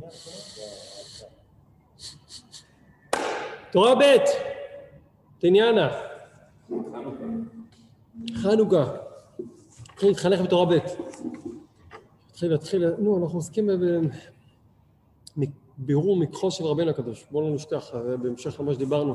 תורה ב' תניאנה. חנוכה. נתחיל להתחנך בתורה ב'. נתחיל, אנחנו עוסקים בבירור מקחו של רבינו הקדוש. בואו לא נשכח, בהמשך למה שדיברנו.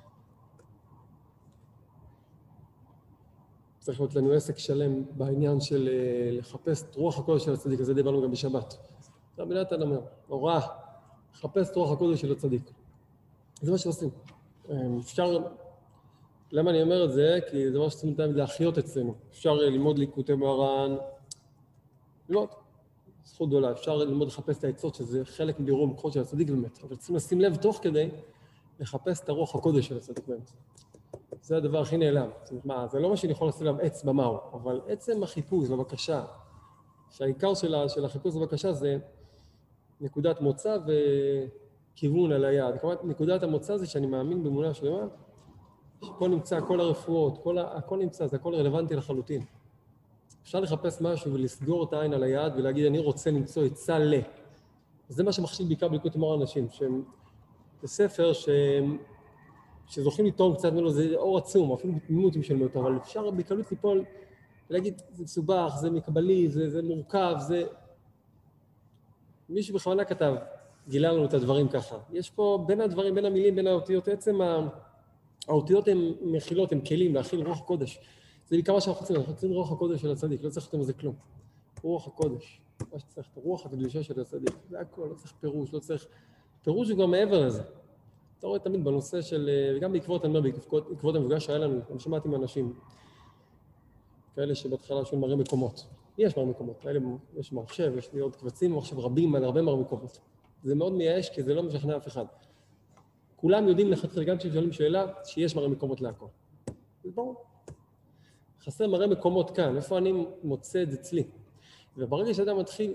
צריך להיות לנו עסק שלם בעניין של לחפש את רוח הקודש של הצדיק, הזה דיברנו גם בשבת. זה המילה אתה אומר, הוראה, לחפש את רוח הקודש של הצדיק. זה מה שעושים. אפשר, למה אני אומר את זה? כי זה מה שצריכים להחיות אצלנו. אפשר ללמוד ליקוטי מוהר"ן, ללמוד, זכות גדולה. אפשר ללמוד לחפש את העצות, שזה חלק מבירור מקחו של הצדיק באמת. אבל צריכים לשים לב תוך כדי לחפש את הרוח הקודש של הצדיק באמת. זה הדבר הכי נעלם. זה לא מה שאני יכול לשים לב עץ במאו, אבל עצם החיפוש בבקשה, שהעיקר של החיפוש בבקשה זה נקודת מוצא וכיוון על היד. כלומר, נקודת המוצא זה שאני מאמין באמונה שלמה, שכל נמצא, כל הרפואות, הכל נמצא, זה הכל רלוונטי לחלוטין. אפשר לחפש משהו ולסגור את העין על היד ולהגיד, אני רוצה למצוא עצה ל. זה מה שמכשיל בעיקר בליקוטי מוהר"ן אנשים, שהם בספר שזוכים לטעום קצת ממנו, זה אור עצום, אפילו בתמימות עם שלמות, אבל אפשר בקלות ליפול ולהגיד, זה מסובך, זה מקבלי, זה מורכב, זה... מישהו בכוונה כתב, גילה לנו את הדברים ככה. יש פה בין הדברים, בין המילים, בין האותיות, עצם האותיות הן מכילות, הן כלים להכיל רוח הקודש. זה בעיקר מה שאנחנו רוצים רוח הקודש של הצדיק, לא צריך לתת מזה כלום. רוח הקודש, מה שצריך, רוח הקדושה של הצדיק, זה הכל, לא צריך פירוש, לא צריך... פירוש הוא גם מעבר לזה. אתה רואה תמיד בנושא של, וגם בעקבות, אני אומר, בעקבות המפגש שהיה לנו, אני שמעתי מאנשים, כאלה שבהתחלה שהם מראים מקומות. יש מראים מקומות, יש מחשב, יש לי עוד קבצים, מחשב רבים, על הרבה מראים מקומות. זה מאוד מייאש, כי זה לא משכנע אף אחד. כולם יודעים לכתחילה, גם כששואלים שאלה, שיש מראים מקומות להכל. זה ברור. חסר מראים מקומות כאן, איפה אני מוצא את זה אצלי. וברגע שאדם מתחיל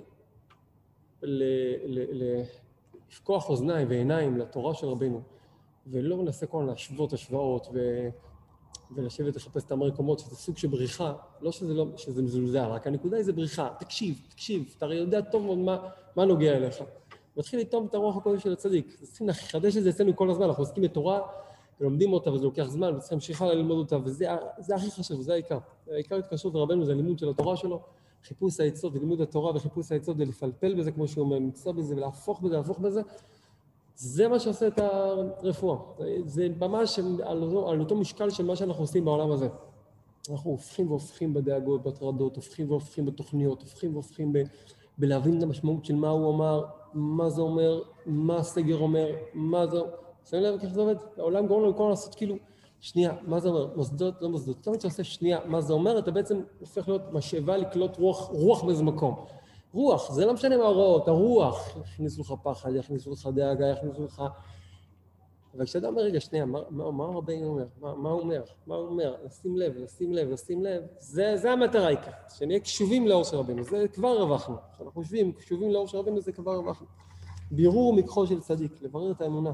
לפקוח אוזניים ועיניים לתורה של רבינו, ולא מנסה כל להשוות השוואות ולשבת לחפש את המקומות, שזה סוג של בריחה, לא שזה מזולזל, רק הנקודה היא זה בריחה. תקשיב, אתה הרי יודע טוב מאוד מה נוגע אליך. מתחיל לטעום את הרוח הקודש של הצדיק. צריכים לחדש את זה אצלנו כל הזמן, אנחנו עוסקים בתורה, ולומדים אותה, וזה לוקח זמן, וצריכים להמשיך ללמוד אותה, וזה הכי חשוב, זה העיקר. העיקר התקשרות רבנו זה הלימוד של התורה שלו, חיפוש העצות ולימוד התורה וחיפוש העצות ולפלפל בזה, כמו שהוא אומר, למצוא בזה ולהפוך בזה, זה מה שעושה את הרפואה. זה ממש על אותו משקל של מה שאנחנו עושים בעולם הזה. אנחנו הופכים בדאגות, בהטרדות, הופכים בתוכניות, הופכים בלהבין את המשמעות של מה הוא אמר, מה זה אומר, מה הסגר אומר, מה זה... שמים לב ככה זה עובד? העולם גורם לנו כל לעשות כאילו, שנייה, מה זה אומר? מוסדות, לא מוסדות. תמיד שעושה שנייה, מה זה אומר? אתה בעצם הופך להיות משאבה לקלוט רוח באיזה מקום. רוח, זה לא משנה מה ההוראות, הרוח, יכניסו לך פחד, יכניסו לך דאגה, יכניסו לך... אבל כשאתה אומר, רגע, שנייה, מה רבינו אומר? מה הוא אומר? לשים לב, זה המטרה העיקר. שנהיה קשובים לאור של רבינו, זה כבר הרווחנו. כשאנחנו קשובים לאור של רבינו, זה כבר הרווחנו. בירור מקחו של צדיק, לברר את האמונה.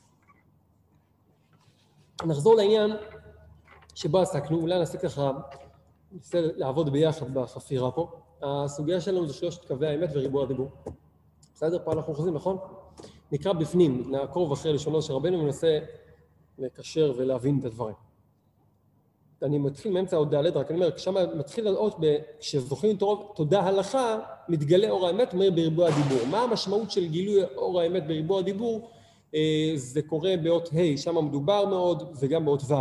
נחזור לעניין שבו עסקנו, אולי נעשה ככה, ננסה לעבוד ביחד בחפירה פה. הסוגיה שלנו זה 3 קווי האמת וריבוע הדיבור. בסדר? פה אנחנו חוזרים, נכון? נקרא בפנים, נעקוב אחרי לשונו של רבנו וננסה לקשר ולהבין את הדברים. אני מתחיל מאמצע עוד ד' רק אני אומר, כשם מתחיל לראות, כשזוכים תודה הלכה, מתגלה אור האמת, אומר בריבוע הדיבור. מה המשמעות של גילוי אור האמת בריבוע הדיבור? זה קורה באות ה', שם מדובר מאוד, וגם באות ו'.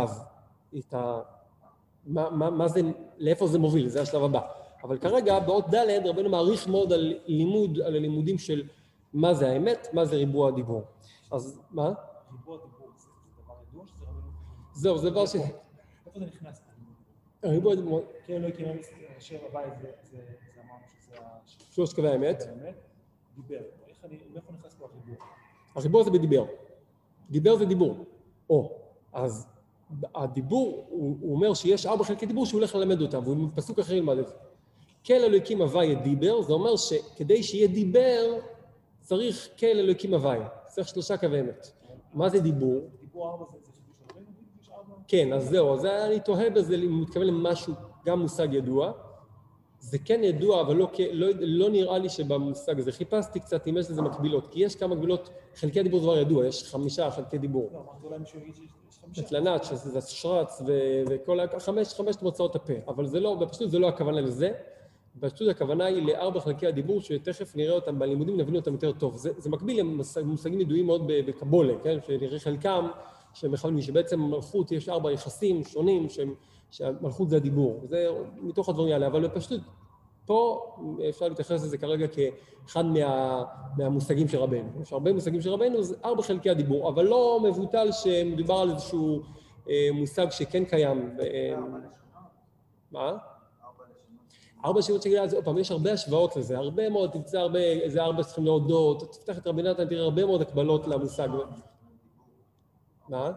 מה זה, לאיפה זה מוביל? זה השלב הבא. אבל כרגע, באות ד' רבנו מעריך מאוד על הלימודים של מה זה האמת, מה זה ריבוע הדיבור. אז מה? ריבוע הדיבור זה דבר ידוע שזה רבנו? זהו, זה דבר ש... איפה זה נכנס? הריבוע הדיבור... כן, לא יקרה אשר הבית, זה אמרנו שזה... 3 קווי האמת. דיבר. מאיפה נכנס פה הריבוע? הריבוע זה בדיבר. דיבר זה דיבור. אז הדיבור, הוא אומר שיש 4 חלקי דיבור שהוא הולך ללמד אותם, והוא פסוק אחר ילמד את זה. כל אלוהיקים הוויה דיבר, זה אומר שכדי שיהיה דיבר, צריך כל אלוהיקים הוויה. צריך 3 קווי אמת. מה זה דיבור? דיבור 4 זה חידוש רבנו? דיבור 4? כן, אז זהו, אז אני תוהה בזה, אם הוא מתכוון למשהו, גם מושג ידוע, זה כן ידוע, אבל לא נראה לי שבמושג הזה. חיפשתי קצת אם יש לזה מקבילות, כי יש כמה מקבילות, חלקי הדיבור דבר ידוע, יש 5 חלקי דיבור. לא, אמרתי אולי מישהו יגיד שיש 5. נתלנת, שזה שרץ וכל 5 מוצאות הפה, אבל זה לא, בפשוט זה לא הכוונה לזה, בפשוט הכוונה היא ל4 חלקי הדיבור, שתכף נראה אותם בלימודים, נבין אותם יותר טוב. זה מקביל למושגים ידועים מאוד בקבולה, כן? שנראה חלקם, שמכוונים, שבעצם המלכות יש 4 יחסים שונים, שהמלכות זה הדיבור. זה מתוך הדברים האלה, אבל בפשוט פה אפשר להתייחס לזה כרגע כאחד מהמושגים של רבנו. יש הרבה מושגים של רבנו, זה 4 חלקי הדיבור, אבל לא מבוטל שמדובר על איזשהו מושג שכן קיים. מה? 4 לשונות שגילה, אז פעם, יש הרבה השוואות לזה, הרבה מאוד, תמצא הרבה, איזה 4 צריכים להודות, תפתח את רבי נתן, תראה הרבה מאוד הקבלות למושג. מה?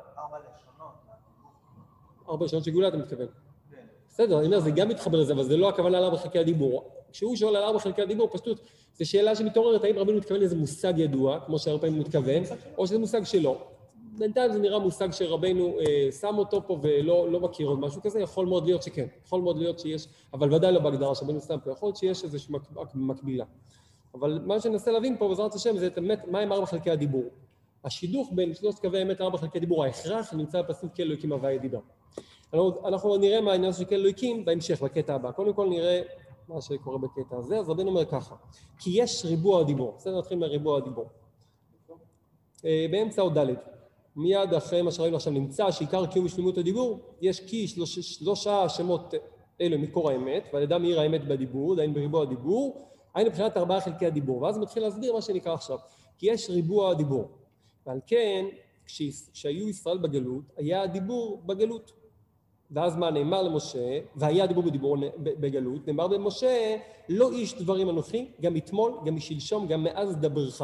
4 לשונות שגילה, אתה מתכוון? בסדר, אני אומר, זה גם מתחבר לזה, אבל זה לא הכוונה על 4 חלקי הדיבור. כשהוא שואל על 4 חלקי הדיבור, פשוט, זו שאלה שמתעוררת, האם רבנו מתכוון לאיזה מושג ידוע, כמו שהרבה פעמים מתכוון, או שזה מושג שלו. בינתיים זה נראה מושג שרבנו שם אותו פה ולא מכיר עוד משהו כזה, יכול מאוד להיות שכן, יכול מאוד להיות שיש, אבל ודאי לא בהגדרה שרבנו שם פה, יכול להיות שיש איזושהי מקבילה. אבל מה שננסה להבין פה, בעזרת השם, זה באמת, מה עם 4 חלקי הדיבור? השידוך בין 3 קווי אמת ל4 חלקי הדיבור, ההכרח נמצא בפסוק כן אלוהיקים הוויה דיבר. אנחנו נראה מה העניין של כן אלוהיקים בהמשך, בקטע הבא. קודם כל נראה מה שקורה בקטע הזה, אז רבנו אומר ככה, כי יש ריבוע הדיבור, בסדר, נתחיל מריבוע הדיבור. באמצע עוד ד' מיד אחרי מה שראינו עכשיו נמצא שעיקר קיום ושלמות הדיבור, יש כי 3 שמות אלו מקור האמת, ועל ידם מאיר האמת בדיבור, דהיינו בריבוע הדיבור, היינו מבחינת 4 חלקי הדיבור, ואז מתחיל להסביר מה שנקרא עכשיו, כי יש ריבוע הדיבור, ועל כן, כשהיו ישראל בגלות, היה הדיבור בגלות. ואז מה נאמר למשה, והיה הדיבור בגלות, נאמר במשה, לא איש דברים אנוכי, גם אתמול, גם משלשום, גם מאז דברך.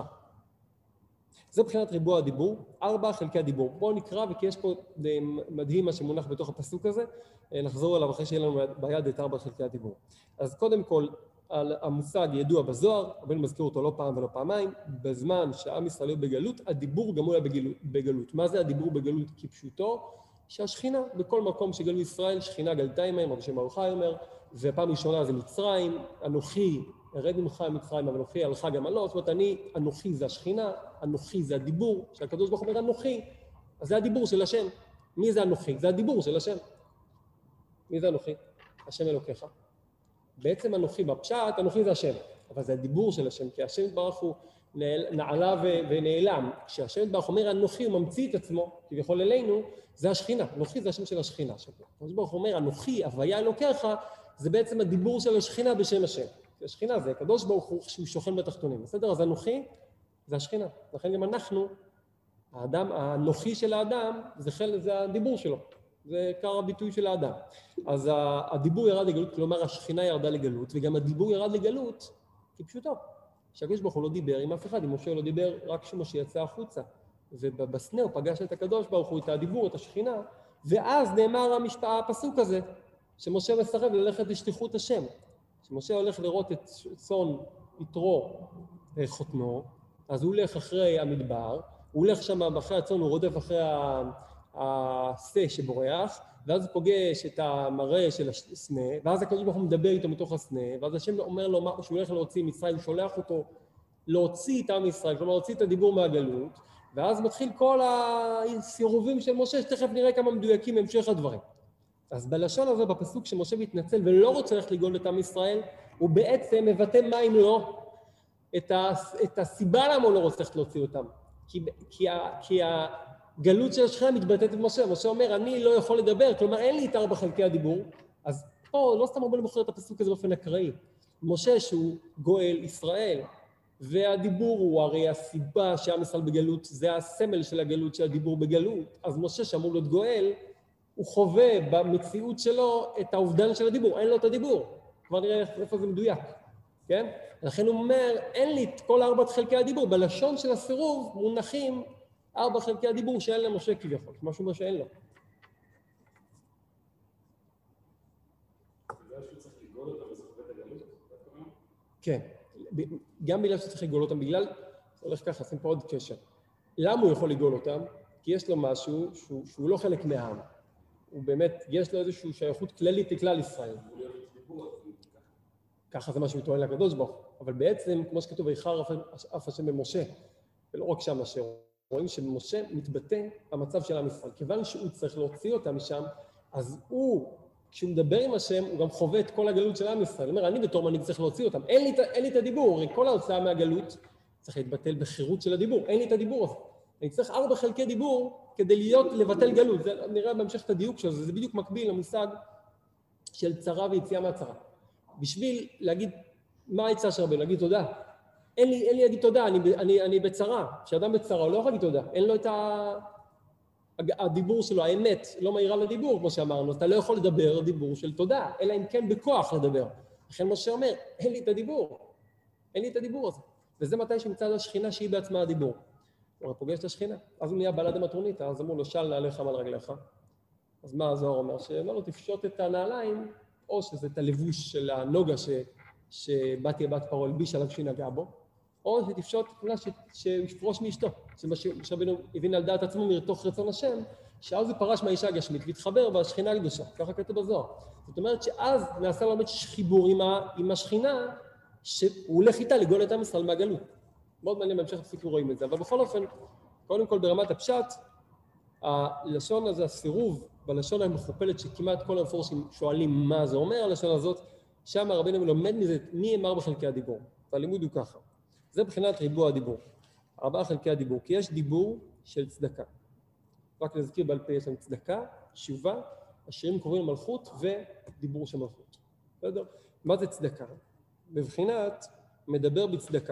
זה מבחינת ריבוע הדיבור, 4 חלקי הדיבור. בואו נקרא, וכי יש פה מדהים מה שמונח בתוך הפסוק הזה, נחזור אליו אחרי שיהיה לנו ביד את 4 חלקי הדיבור. אז קודם כל, המושג ידוע בזוהר, רבנו מזכיר אותו לא פעם ולא פעמיים, בזמן שעם ישראל היו בגלות, הדיבור גם הוא היה בגלות. מה זה הדיבור בגלות כפשוטו? שהשכינה, בכל מקום שגלו ישראל, שכינה גלתה עמהם, רבי שמעון בר יוחאי אומר, ופעם ראשונה זה מצרים, אנוכי, ארד ממך מצרים, אבל אנוכי הלכה גם עלות, זאת אומרת, אנוכי זה השכינה, אנוכי זה הדיבור, שהקדוש ברוך הוא אומר אנוכי, אז זה הדיבור של השם. מי זה אנוכי? זה הדיבור של השם. מי זה אנוכי? השם אלוקיך. בעצם אנוכי, בפשט, אנוכי זה השם, אבל זה הדיבור של השם, כי השם ברוך הוא נעלה ונעלם. כשהשם ברוך אומר אנוכי, הוא ממציא את עצמו, כביכול אלינו, זה השכינה. אנוכי זה השם של השכינה. הקדוש ברוך הוא אומר אנוכי, הוויה אלוקיך, זה בעצם הדיבור של השכינה בשם השם. השכינה זה הקדוש ברוך הוא שהוא שוכן בתחתונים. בסדר? אז אנוכי זה השכינה. לכן גם אנחנו, האדם, האנוכי של האדם, זה הדיבור שלו. זה עיקר הביטוי של האדם. אז הדיבור ירד לגלות, כלומר השכינה ירדה לגלות, וגם הדיבור ירד לגלות כפשוטו. שהקדוש ברוך הוא לא דיבר עם אף אחד, אם משה לא דיבר רק כשמשה יצא החוצה. ובסנה הוא פגש את הקדוש ברוך הוא, את הדיבור, את השכינה, ואז נאמר הפסוק הזה, שמשה מסרב ללכת לשליחות השם. שמשה הולך לראות את צאן יתרו חותנו, אז הוא הולך אחרי המדבר, הוא הולך שם אחרי הצאן, הוא רודף אחרי הסה שבורח, ואז הוא פוגש את המראה של הסנה, ואז הקדוש ברוך הוא מדבר איתו מתוך הסנה, ואז השם אומר לו שהוא הולך להוציא מצרים, הוא שולח אותו להוציא את עם ישראל, כלומר להוציא את הדיבור מהגלות, ואז מתחיל כל הסירובים של משה, שתכף נראה כמה מדויקים בהמשך הדברים. אז בלשון הזה, בפסוק שמשה מתנצל ולא רוצה ללכת לגאול את עם ישראל, הוא בעצם מבטא מה אם לא, את הסיבה למה הוא לא רוצה ללכת להוציא אותם. כי הגלות של השכינה מתבטאת במשה. משה אומר, אני לא יכול לדבר, כלומר אין לי את 4 חלקי הדיבור. אז פה לא סתם רבנו בוחר את הפסוק הזה באופן אקראי. משה שהוא גואל ישראל, והדיבור הוא הרי הסיבה שעם ישראל בגלות, זה הסמל של הגלות של הדיבור בגלות. אז משה שאמור להיות גואל, הוא חווה במציאות שלו את האובדן של הדיבור, אין לו את הדיבור. כבר נראה איפה זה מדויק, כן? לכן הוא אומר, אין לי את כל 4 חלקי הדיבור, בלשון של הסירוב מונחים 4 חלקי הדיבור שאין למשה כביכול, משהו מה שאין לו. בגלל שהוא צריך לגאול אותם וסוחבי את הגלות? כן, גם בגלל שצריך לגאול אותם, בגלל, זה הולך ככה, עושים פה עוד קשר. למה הוא יכול לגאול אותם? כי יש לו משהו שהוא לא חלק מהעם. הוא באמת, יש לו איזושהי שייכות כללית לכלל ישראל. ככה זה מה שהוא טוען לקדוש ברוך הוא. אבל בעצם, כמו שכתוב, ויחר אף השם במשה, ולא רק שם אשר, רואים שמשה מתבטא במצב של עם ישראל. כיוון שהוא צריך להוציא אותם משם, אז הוא, כשהוא מדבר עם השם, הוא גם חווה את כל הגלות של עם ישראל. הוא אומר, אני בתור מנהיג צריך להוציא אותם. אין לי את הדיבור, הרי כל ההוצאה מהגלות צריך להתבטל בחירות של הדיבור. אין לי את הדיבור הזה. אני צריך 4 חלקי דיבור כדי לבטל גלות. זה נראה בהמשך את הדיוק שלו, זה בדיוק מקביל למושג של צרה ויציאה מהצרה. בשביל להגיד מה העצה של רבנו, להגיד תודה. אין לי להגיד תודה, אני בצרה. כשאדם בצרה הוא לא יכול להגיד תודה. אין לו את הדיבור שלו, האמת, לא מהירה לדיבור, כמו שאמרנו. אתה לא יכול לדבר דיבור של תודה, אלא אם כן בכוח לדבר. לכן משה אומר, אין לי את הדיבור. אין לי את הדיבור הזה. וזה מתי שמצד השכינה שהיא בעצמה הדיבור. הוא פוגש את השכינה. אז הוא נהיה בעלת המטרונית, אז אמרו לו, של נעליך מעל רגליך. אז מה הזוהר אומר? שאומר לו, תפשוט את הנעליים, או שזה את הלבוש של הנוגה שבתי בת פרעה הלביש עליו שהיא נגעה בו, או שתפשוט תמונה שיפרוש מאשתו, שרבנו הבין על דעת עצמו מתוך רצון השם, שאז הוא פרש מהאישה הגשמית והתחבר בשכינה הקדושה, ככה כתוב בזוהר. זאת אומרת שאז נעשה לו באמת חיבור עם השכינה, שהוא הולך איתה לגאול את עם ישראל מהגלות. מאוד מעניין בהמשך הפסוקים רואים את זה, אבל בכל אופן, קודם כל ברמת הפשט, הלשון הזה, הסירוב בלשון המכופלת שכמעט כל המפורשים שואלים מה זה אומר, הלשון הזאת, שם רבנו מלומד מזה מי אמר בחלקי הדיבור. והלימוד הוא ככה. זה מבחינת ריבוע הדיבור. 4 חלקי הדיבור, כי יש דיבור של צדקה. רק להזכיר בעל פה יש לנו צדקה, תשובה, השירים קוראים למלכות ודיבור של מלכות. בסדר? מה זה צדקה? בבחינת מדבר בצדקה.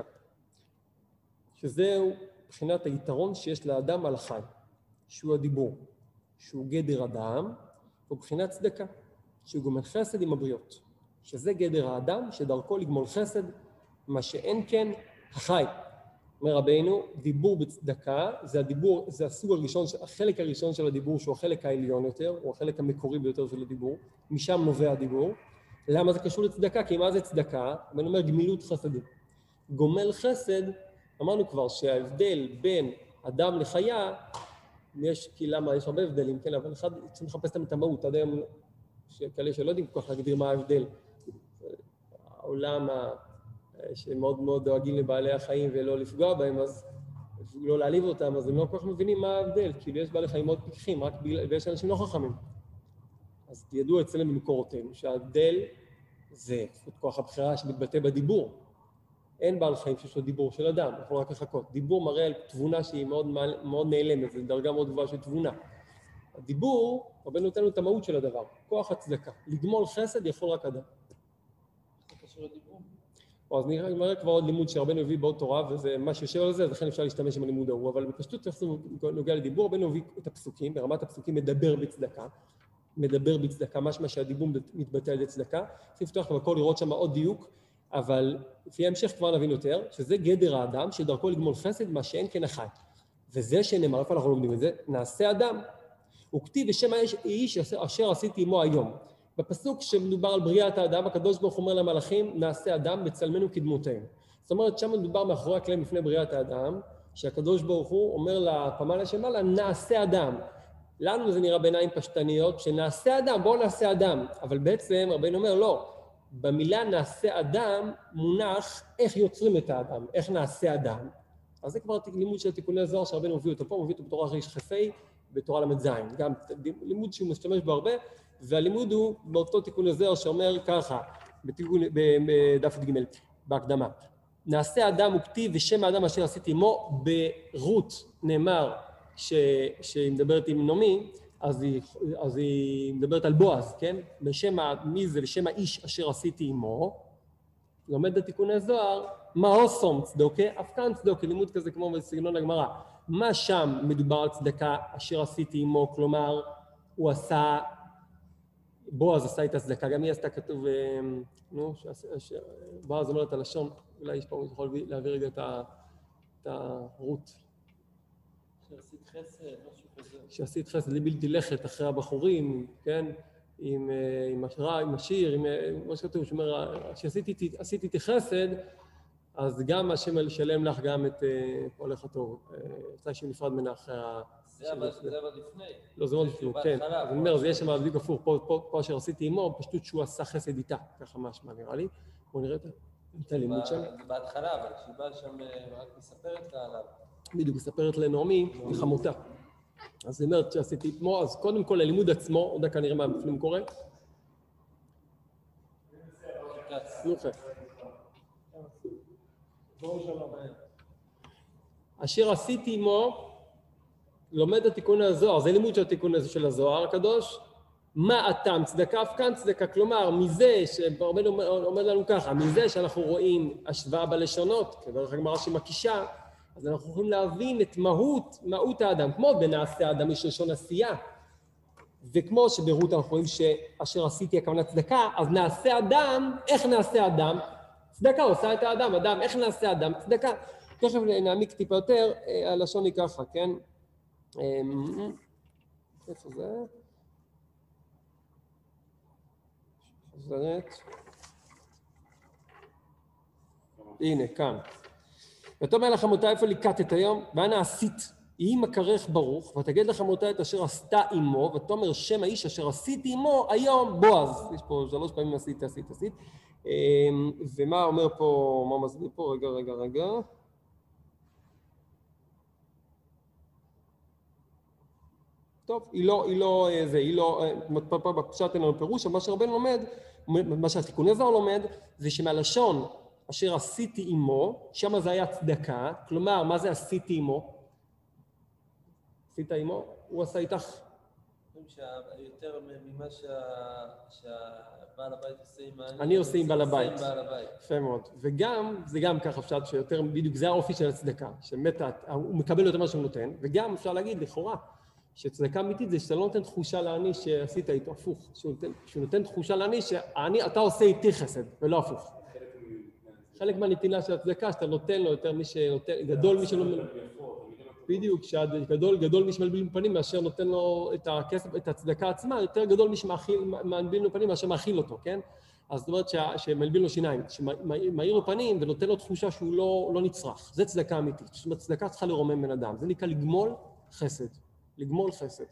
שזהו מבחינת היתרון שיש לאדם על החי, שהוא הדיבור, שהוא גדר אדם, ובחינת צדקה, שהוא גומל חסד עם הבריות, שזה גדר האדם שדרכו לגמול חסד, מה שאין כן החי. אומר רבינו, דיבור בצדקה, זה הדיבור, זה הסוג הראשון, החלק הראשון של הדיבור, שהוא החלק העליון יותר, הוא החלק המקורי ביותר של הדיבור, משם נובע הדיבור. למה זה קשור לצדקה? כי מה זה צדקה? ואני אומר גמילות חסדים. גומל חסד, אמרנו כבר שההבדל בין אדם לחיה, כי למה? יש הרבה הבדלים, כן, אבל אחד צריך לחפש את המהות, עד היום כאלה שלא יודעים כל כך להגדיר מה ההבדל. העולם שמאוד מאוד דואגים לבעלי החיים ולא לפגוע בהם, אז לא להעליב אותם, אז הם לא כל כך מבינים מה ההבדל, כאילו יש בעלי חיים מאוד פיקחים, ויש אנשים לא חכמים. אז ידוע אצלנו במקורותינו שההבדל זה כוח הבחירה שמתבטא בדיבור. אין בעל חיים שיש לו דיבור של אדם, יכול רק לחכות. דיבור מראה על תבונה שהיא מאוד נעלמת, זו דרגה מאוד גבוהה של תבונה. הדיבור, רבנו נותן לנו את המהות של הדבר, כוח הצדקה. לגמול חסד יכול רק אדם. זה קשור לדיבור. אז נראה כבר עוד לימוד שרבנו הביא בעוד תורה, וזה מה שיושב על זה, אז לכן אפשר להשתמש עם הלימוד ההוא, אבל בפשטות איך זה נוגע לדיבור, רבנו הביא את הפסוקים, ברמת הפסוקים מדבר בצדקה, משמע שהדיבור מתבטא על ידי צדקה. צריך לפתוח בכל לראות שם עוד דיוק, אבל לפי ההמשך כבר נבין יותר, שזה גדר האדם שדרכו לגמול חסד, מה שאין כן החי. וזה שנאמר, איפה אנחנו לומדים את זה? נעשה אדם. וכתיב בשם האיש אשר עשיתי עמו היום. בפסוק שמדובר על בריאת האדם, הקדוש ברוך אומר למלאכים, נעשה אדם בצלמנו כדמותנו. זאת אומרת, שם מדובר מאחורי הקלעים לפני בריאת האדם, שהקדוש ברוך הוא אומר לפמליה שמעלה, נעשה אדם. לנו זה נראה בעיניים פשטניות, שנעשה אדם, בואו נעשה אדם. אבל בעצם רבינו אומר, לא. במילה נעשה אדם מונח איך יוצרים את האדם, איך נעשה אדם. אז זה כבר לימוד של תיקוני זוהר שרבנו מביא אותו פה, מביא אותו בתורה ריש חפי, בתורה למד גם לימוד שהוא משתמש בו הרבה, והלימוד הוא באותו תיקוני זוהר שאומר ככה, בדף ג' בהקדמה. נעשה אדם וכתיב ושם האדם אשר עשיתי עמו, ברות נאמר שהיא מדברת עם נעמי, אז היא מדברת על בועז, כן? בשם מי זה, בשם האיש אשר עשיתי עמו, לומד בתיקוני זוהר, מה עושום צדוקה, אף כאן צדוקה, לימוד כזה כמו בסגנון הגמרא. מה שם מדובר על צדקה אשר עשיתי עמו, כלומר, הוא עשה, בועז עשה את הצדקה, גם היא עשתה כתוב, בועז אומרת הלשון, אולי יש פה, יכול להעביר רגע את הרות. שעשית חסד, משהו כזה. שעשית חסד לבלתי לכת אחרי הבחורים, כן? עם השיר, עם מה שכתוב, שאומר, שעשיתי איתי חסד, אז גם השם שלם לך גם את הולך הטוב. יצא שם נפרד ממנה אחרי זה אבל לפני. לא, זה מאוד לפני, כן. אז אני אומר, זה יש שם בדיוק הפוך, פה אשר עשיתי עמו, פשוט שהוא עשה חסד איתה, ככה משמע נראה לי. בואו נראה את הלימוד שם. זה בהתחלה, אבל כשהיא באה שם רק מספרת לה עליו. בדיוק, מספרת לנעמי, לחמותה. אז היא אומרת שעשיתי אתמו, אז קודם כל הלימוד עצמו, עוד דקה נראה מה בפנים קורה. יופי. אשר עשיתי עמו, לומד התיקון הזוהר, זה לימוד של התיקון הזה של הזוהר הקדוש. מה הטעם? צדקה אף כאן צדקה, כלומר, מזה שברבנו אומר לנו ככה, מזה שאנחנו רואים השוואה בלשונות, כדרך הגמרא שמקישה, אז אנחנו יכולים להבין את מהות האדם, כמו בנעשה האדם יש לשון עשייה, וכמו שברות אנחנו רואים שאשר עשיתי הכוונה צדקה, אז נעשה אדם, איך נעשה אדם? צדקה עושה את האדם, אדם, איך נעשה אדם? צדקה. תכף נעמיק טיפה יותר, הלשון היא ככה, כן? איפה זה? חוזרת. הנה, כאן. ותאמר לחמותה איפה ליקטת היום, ואנה עשית, יהי מכרך ברוך, ותגיד לחמותה את אשר עשתה עמו, ותאמר שם האיש אשר עשיתי עמו היום בועז. יש פה 3 פעמים עשית. ומה אומר פה, מה מסביר פה? רגע. טוב, היא לא, בפשט אין לנו פירוש, אבל מה שרבנו לומד, מה שהתיקוני זוהר לומד, זה שמהלשון אשר עשיתי עמו, שם זה היה צדקה, כלומר, מה זה עשיתי עמו? עשית עמו? הוא עשה איתך. יותר ממה שהבעל הבית עושה עם אני עושה עם בעל הבית. הבית. יפה מאוד. וגם, זה גם ככה פשט שיותר, בדיוק זה האופי של הצדקה, הוא מקבל יותר מה שהוא נותן, וגם אפשר להגיד לכאורה, שצדקה אמיתית זה שאתה לא נותן תחושה לעני שעשית איתו, הפוך. שהוא נותן תחושה לעני שאתה עושה איתי חסד, ולא הפוך. חלק מהנתינה של הצדקה, שאתה נותן לו יותר מי שנותן, גדול מי שלא... בדיוק, גדול מי שמלביל בפנים מאשר נותן לו את הכסף, את הצדקה עצמה, יותר גדול מי שמלביל לו פנים מאשר מאכיל אותו, כן? אז זאת אומרת שמלביל לו שיניים, שמאיר לו פנים ונותן לו תחושה שהוא לא נצרך. זה צדקה אמיתית. זאת אומרת, צדקה צריכה לרומם בן אדם. זה נקרא לגמול חסד.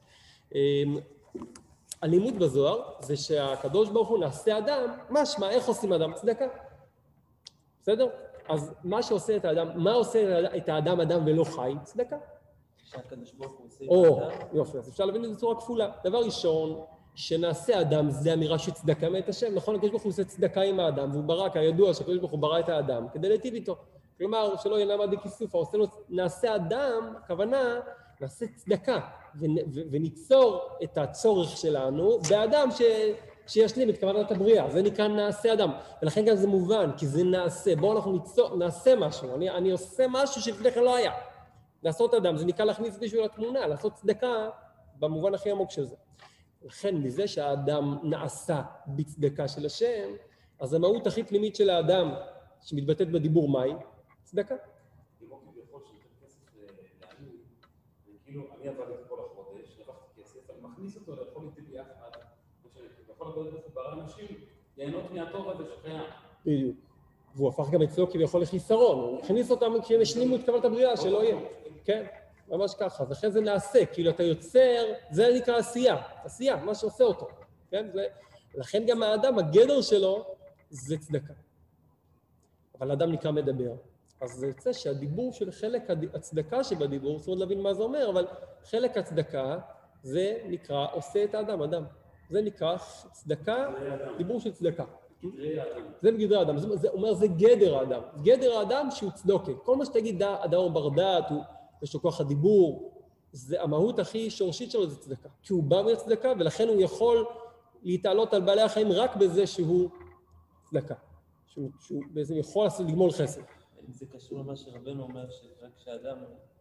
הלימוד בזוהר זה שהקדוש ברוך הוא נעשה אדם, משמע, איך עושים אדם? צדקה. בסדר? אז מה שעושה את האדם, מה עושה את האדם אדם ולא חי? צדקה. שהקדוש ברוך הוא עושה את האדם? יופי, אז אפשר להבין את זה בצורה כפולה. דבר ראשון, שנעשה אדם, זה אמירה שצדקה מאת השם. נכון, הקדוש ברוך הוא עושה צדקה עם האדם, והוא ברא, כידוע שהקדוש ברוך הוא ברא את האדם, כדי להיטיב איתו. כלומר, שלא ינעמה דכיסופא, עושה לו, נעשה אדם, הכוונה, נעשה צדקה, וניצור את הצורך שלנו באדם שישלים את כוונת הבריאה. זה נקרא נעשה אדם. ולכן גם זה מובן, כי זה נעשה. בואו אנחנו נעשה משהו. אני עושה משהו שלפני כן לא היה. לעשות אדם, זה נקרא להכניס מישהו לתמונה, לעשות צדקה במובן הכי עמוק של זה. לכן, מזה שהאדם נעשה בצדקה של השם, אז המהות הכי פנימית של האדם, שמתבטאת בדיבור מהי, צדקה. כמו כביכול שיותר כסף לעני, וכאילו אני עבדתי כל החודש, הרווחתי כסף, אני מכניס אותו לאכול איתי ביחד, וכביכול הקדוש ברוך הוא ברא אנשים ליהנות מהטוב הזה שקיים. בדיוק. והוא הפך גם אצלו כביכול לחיסרון, הוא הכניס אותם כשהם השלימו את כוונת הבריאה, שלא יהיה. כן, ממש ככה. אז לכן זה נעשה, כאילו אתה יוצר, זה נקרא עשייה, מה שעושה אותו. כן, לכן גם האדם, הגדר שלו, זה צדקה. אבל האדם נקרא מדבר. אז זה יוצא שהדיבור של חלק הצדקה שבדיבור, זאת אומרת להבין מה זה אומר, אבל חלק הצדקה זה נקרא עושה את האדם, אדם. זה נקרא צדקה, דיבור של צדקה. זה בגדר האדם, זה אומר זה גדר האדם. גדר האדם שהוא צדוקה. כל מה שתגיד אדם הוא בר דעת, יש לו כוח הדיבור, זה המהות הכי שורשית שלו זה צדקה. כי הוא בא מהצדקה ולכן הוא יכול להתעלות על בעלי החיים רק בזה שהוא צדקה. שהוא בעצם יכול לגמול חסד. זה קשור למה שרבנו אומר, שרק כשאדם,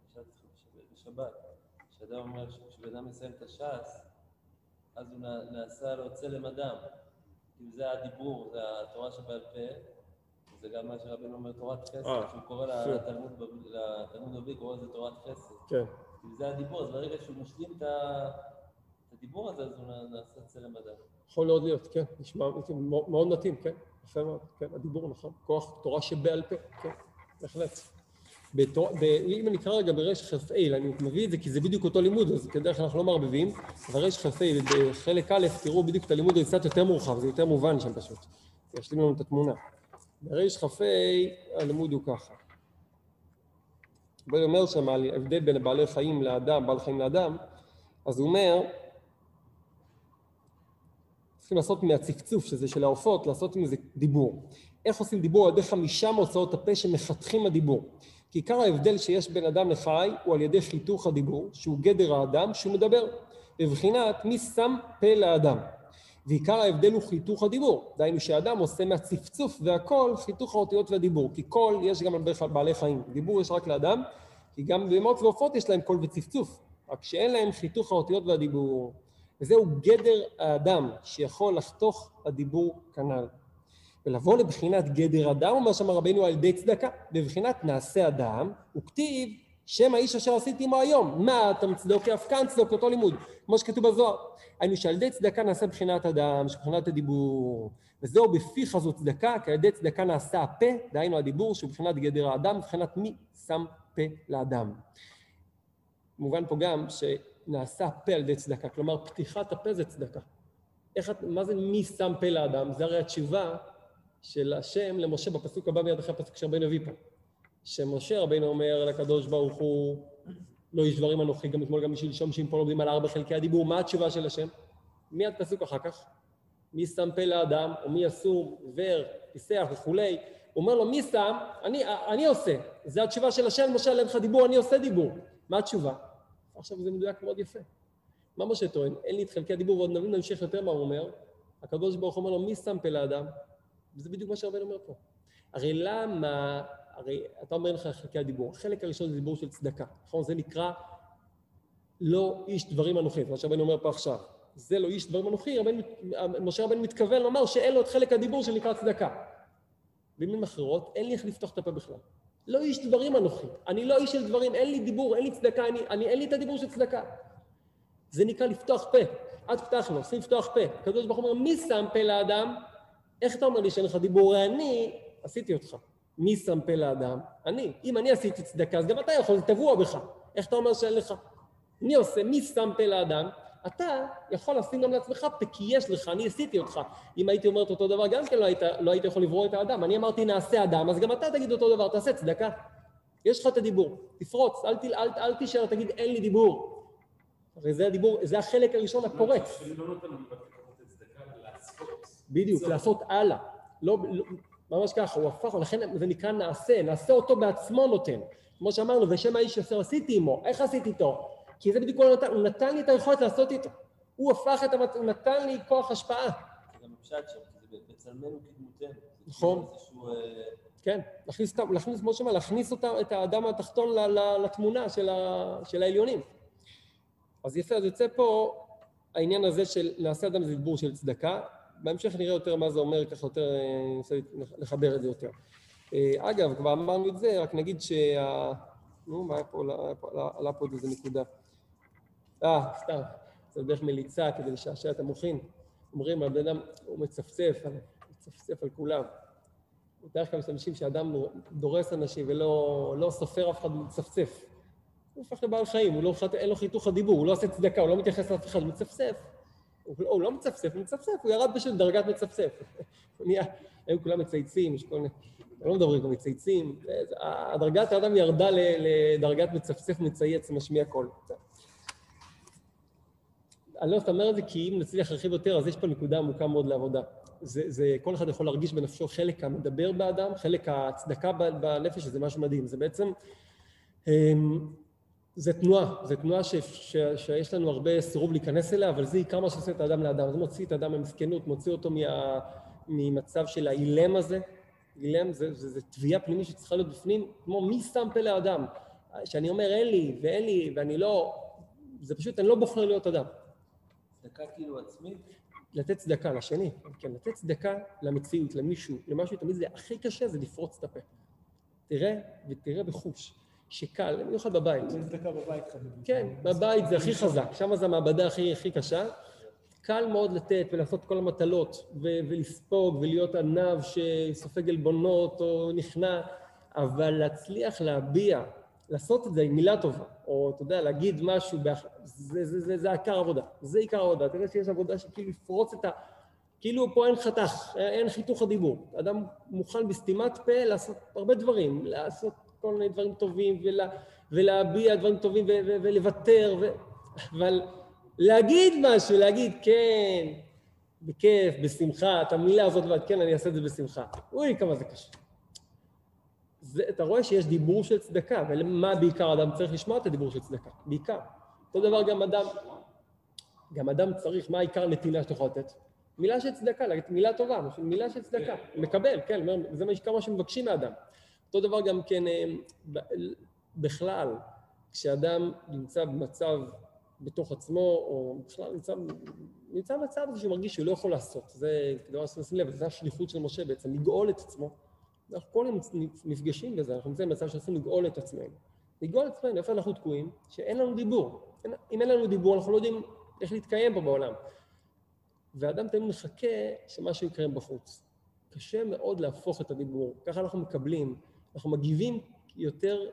בשבת, כשאדם אומר שכשאדם מסיים את הש"ס, אז הוא נעשה לו צלם אדם. אם זה הדיבור, זה התורה שבעל פה, זה גם מה שרבנו אומר תורת חסד, שהוא קורא לתלמוד בבלי, קורא לזה תורת חסד. כן. אם זה הדיבור, אז ברגע שהוא משלים את הדיבור הזה, אז הוא נעשה צלם אדם. יכול מאוד להיות, כן, נשמע מאוד מתאים, כן, יפה מאוד, כן, הדיבור נכון, כוח תורה שבעל פה, כן, בהחלט. אם אני אקרא רגע ברש כ"ה, אני מביא את זה כי זה בדיוק אותו לימוד, אז כדרך אנחנו לא מערבבים, אבל רש כ"ה, בחלק א', תראו בדיוק את הלימוד הזה קצת יותר מורחב, זה יותר מובן שם פשוט, ישלים לנו את התמונה. בריש כ"ה הלימוד הוא ככה. הוא אומר שם על ההבדל בין בעלי חיים לאדם, בעל חיים לאדם, אז הוא אומר, צריכים לעשות מהצפצוף, שזה של העופות, לעשות עם זה דיבור. איך עושים דיבור? על ידי 5 מוצאות הפה שמחתכים הדיבור. כי עיקר ההבדל שיש בין אדם לחי הוא על ידי חיתוך הדיבור, שהוא גדר האדם, שהוא מדבר. בבחינת מי שם פה לאדם. ועיקר ההבדל הוא חיתוך הדיבור. דהיינו שהאדם עושה מהצפצוף והכל חיתוך האותיות והדיבור. כי קול יש גם על בעלי חיים. דיבור יש רק לאדם, כי גם בהמות ועופות יש להם קול וצפצוף. רק שאין להם חיתוך האותיות והדיבור. וזהו גדר האדם שיכול לחתוך הדיבור כנ"ל. ולבוא לבחינת גדר אדם, אומר שם רבינו על ידי צדקה, בבחינת נעשה אדם, וכתיב שם האיש אשר עשיתי עמו היום. מה אתה מצדוק? אף כאן צדוק, אותו לימוד, כמו שכתוב בזוהר. היינו שעל ידי צדקה נעשה בחינת אדם, שבחינת הדיבור. וזהו בפיך זו צדקה, כי על ידי צדקה נעשה הפה, דהיינו הדיבור, שהוא בחינת גדר האדם, בבחינת מי שם פה לאדם. מובן פה גם שנעשה הפה על ידי צדקה, כלומר פתיחת הפה זה צדקה. מה זה מי שם פה לאדם? זה הרי התשובה של השם למשה בפסוק הבא מיד אחרי הפסוק שרבינו הביא פה. שמשה רבינו אומר לקדוש ברוך הוא, לא איש דברים אנוכי, גם אתמול גם בשביל שום פה לומדים על 4 חלקי הדיבור, מה התשובה של השם? מי הפסוק אחר כך? מי שם פה לאדם, או מי יסום, עיוור, פיסח וכולי, הוא אומר לו מי שם? אני עושה. זה התשובה של השם, משה עליך דיבור, אני עושה דיבור. מה התשובה? עכשיו זה מדויק מאוד יפה. מה משה טוען? אין לי את חלקי הדיבור, ועוד נמשיך יותר מה הוא אומר. הקדוש ברוך הוא אומר לו מי שם פה לאדם? וזה בדיוק מה שרבנו אומר פה. הרי למה, הרי אתה אומר לך חלקי הדיבור, החלק הראשון זה דיבור של צדקה, נכון? זה נקרא לא איש דברים אנוכי, מה שרבנו אומר פה עכשיו. זה לא איש דברים אנוכי, משה רבנו מתכוון לומר שאין לו את חלק הדיבור שנקרא צדקה. במילים אחרות, אין לי איך לפתוח את הפה בכלל. לא איש דברים אנוכי, אני לא איש של דברים, אין לי דיבור, אין לי צדקה, אין לי את הדיבור של צדקה. זה נקרא לפתוח פה, עד פתח לו, עושים לפתוח פה. הקדוש ברוך הוא אומר, מי שם פה לאדם? איך אתה אומר לי שאין לך דיבור? אני עשיתי אותך. מי שם פה לאדם? אני. אם אני עשיתי צדקה, אז גם אתה יכול, זה טבוע בך. איך אתה אומר שאין לך? אני עושה, מי שם פה לאדם? אתה יכול לשים גם לעצמך פה, כי יש לך, אני עשיתי אותך. אם הייתי אומרת אותו דבר, גם כן לא היית יכול לברוא את האדם. אני אמרתי נעשה אדם, אז גם אתה תגיד אותו דבר, תעשה צדקה. יש לך את הדיבור, תפרוץ, אל תישאר, תגיד אין לי דיבור. הרי זה הדיבור, זה החלק הראשון הפורץ. בדיוק, לעשות הלאה. לא, ממש ככה, הוא הפך, לכן זה נקרא נעשה אותו בעצמו נותן. כמו שאמרנו, ושם האיש אשר עשיתי עמו, איך עשיתי איתו? כי זה בדיוק הוא נתן לי את היכולת לעשות איתו. הוא הפך הוא נתן לי כוח השפעה. זה גם הפשט שם, זה בצלמנו כדמותנו. נכון. כן, להכניס, כמו שאומר, להכניס את האדם התחתון לתמונה של העליונים. אז יפה, אז יוצא פה העניין הזה של נעשה אדם זה דיבור של צדקה. בהמשך נראה יותר מה זה אומר, ככה יותר ננסה לחבר את זה יותר. אגב, כבר אמרנו את זה, רק נגיד מה היה פה, עלה פה איזה נקודה. סתם, זה בערך מליצה כדי לשעשע את המוחין. אומרים, הבן אדם, הוא מצפצף על כולם. בדרך כלל משתמשים שאדם דורס אנשים ולא סופר אף אחד מצפצף. הוא הופך לבעל חיים, אין לו חיתוך הדיבור, הוא לא עושה צדקה, הוא לא מתייחס לאף אחד, הוא מצפצף. הוא לא מצפצף, הוא ירד פשוט דרגת מצפצף. הם כולם מצייצים, לא מדברים, הם מצייצים. הדרגת האדם ירדה לדרגת מצפצף, מצייץ, משמיע קול. אני לא אומר את זה כי אם נצליח להרחיב יותר, אז יש פה נקודה עמוקה מאוד לעבודה. כל אחד יכול להרגיש בנפשו חלק המדבר באדם, חלק הצדקה בנפש, שזה משהו מדהים. זה בעצם, זה תנועה שיש לנו הרבה סירוב להיכנס אליה, אבל זה עיקר מה שעושה את האדם לאדם. זה מוציא את האדם ממסכנות, מוציא אותו ממצב של האילם הזה. אילם זה תביעה פנימית שצריכה להיות בפנים, כמו מי שם פה לאדם. שאני אומר אין לי, ואני לא, זה פשוט, אני לא בוחר להיות אדם. צדקה כאילו עצמית? לתת צדקה לשני, כן, לתת צדקה למציאות, למישהו, למשהו, תמיד זה הכי קשה, זה לפרוץ את הפה. תראה בחוש, שקל, במיוחד בבית. זה צדקה בבית חביב. כן, בבית זה הכי חזק, שם זה המעבדה הכי קשה. קל מאוד לתת ולעשות כל המטלות, ולספוג ולהיות ענב שסופג עלבונות או נכנע, אבל להצליח להביע, לעשות את זה עם מילה טובה, או אתה יודע, להגיד משהו, זה עיקר עבודה, זה עיקר עבודה. תראה שיש עבודה שכאילו לפרוץ כאילו פה אין חתך, אין חיתוך הדיבור. אדם מוכן בסתימת פה לעשות הרבה דברים, לעשות כל מיני דברים טובים, ולהביע דברים טובים ולוותר, אבל להגיד משהו, להגיד כן, בכיף, בשמחה, את המילה הזאת, כן, אני אעשה את זה בשמחה. אוי, כמה זה קשה. אתה רואה שיש דיבור של צדקה, ומה בעיקר אדם צריך לשמוע את הדיבור של צדקה? בעיקר. אותו דבר גם אדם צריך, מה העיקר נתינה שאתה יכול לתת? מילה של צדקה, להגיד מילה טובה, מילה של צדקה, מקבל, כן, זה כמה שמבקשים מאדם. אותו דבר גם כן, בכלל, כשאדם נמצא במצב בתוך עצמו, או בכלל נמצא במצב הזה שמרגיש שהוא לא יכול לעשות. זה, כדבר לשים לב, זה השליחות של משה בעצם, לגאול את עצמו. אנחנו כל יום נפגשים בזה, אנחנו נמצאים במצב שעושים לגאול את עצמנו. לגאול את עצמנו, איפה אנחנו תקועים? שאין לנו דיבור. אם אין לנו דיבור, אנחנו לא יודעים איך להתקיים פה בעולם. ואדם תמיד מחכה שמשהו יקרה בחוץ. קשה מאוד להפוך את הדיבור. ככה אנחנו מקבלים, אנחנו מגיבים יותר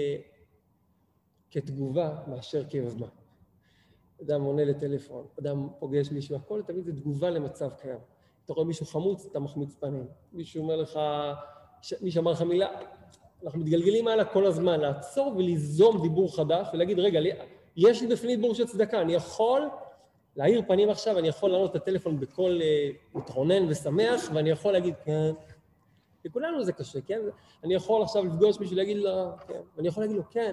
כתגובה מאשר כיוזמה. אדם עונה לטלפון, אדם פוגש מישהו, הכל תמיד זה תגובה למצב קיים. אתה רואה מישהו חמוץ, אתה מחמיץ פנים. מישהו אומר לך, מישהו אמר לך מילה, אנחנו מתגלגלים עליה כל הזמן, לעצור וליזום דיבור חדש, ולהגיד, רגע, יש לי בפני דיבור של צדקה, אני יכול להאיר פנים עכשיו, אני יכול לענות את הטלפון בקול מתרונן ושמח, ואני יכול להגיד, כן. לכולנו זה קשה, כן? אני יכול עכשיו לפגוש מישהו להגיד לו, כן. ואני יכול להגיד לו, כן.